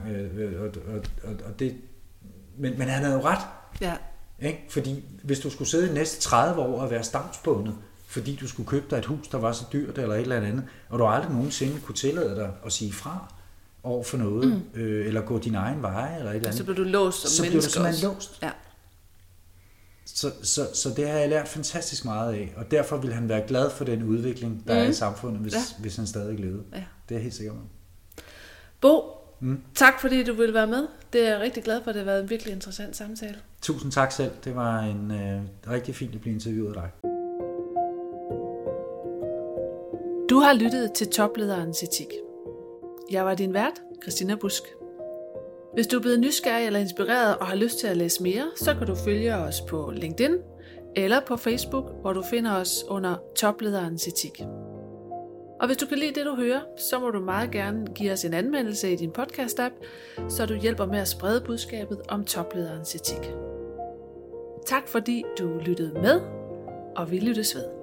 og det, men han havde jo ret. Ja. Ikke? Fordi hvis du skulle sidde de næste 30 år og være stavnsbundet, fordi du skulle købe dig et hus, der var så dyrt eller et eller andet, og du aldrig nogensinde kunne tillade dig at sige fra over for noget, eller gå din egen vej eller et eller andet. Så blev du låst som menneske. Så blev du simpelthen låst. Ja. Så det har jeg lært fantastisk meget af, og derfor vil han være glad for den udvikling, der er i samfundet, hvis han stadig levede. Ja. Det er jeg helt sikker på. Bo, tak fordi du ville være med. Det er jeg rigtig glad for, det har været en virkelig interessant samtale. Tusind tak selv. Det var en rigtig fint at blive interviewet af dig. Du har lyttet til Toplederens Etik. Jeg var din vært, Christina Busk. Hvis du er blevet nysgerrig eller inspireret og har lyst til at læse mere, så kan du følge os på LinkedIn eller på Facebook, hvor du finder os under Toplederens Etik. Og hvis du kan lide det, du hører, så må du meget gerne give os en anmeldelse i din podcast-app, så du hjælper med at sprede budskabet om toplederens etik. Tak fordi du lyttede med, og vi lyttes ved.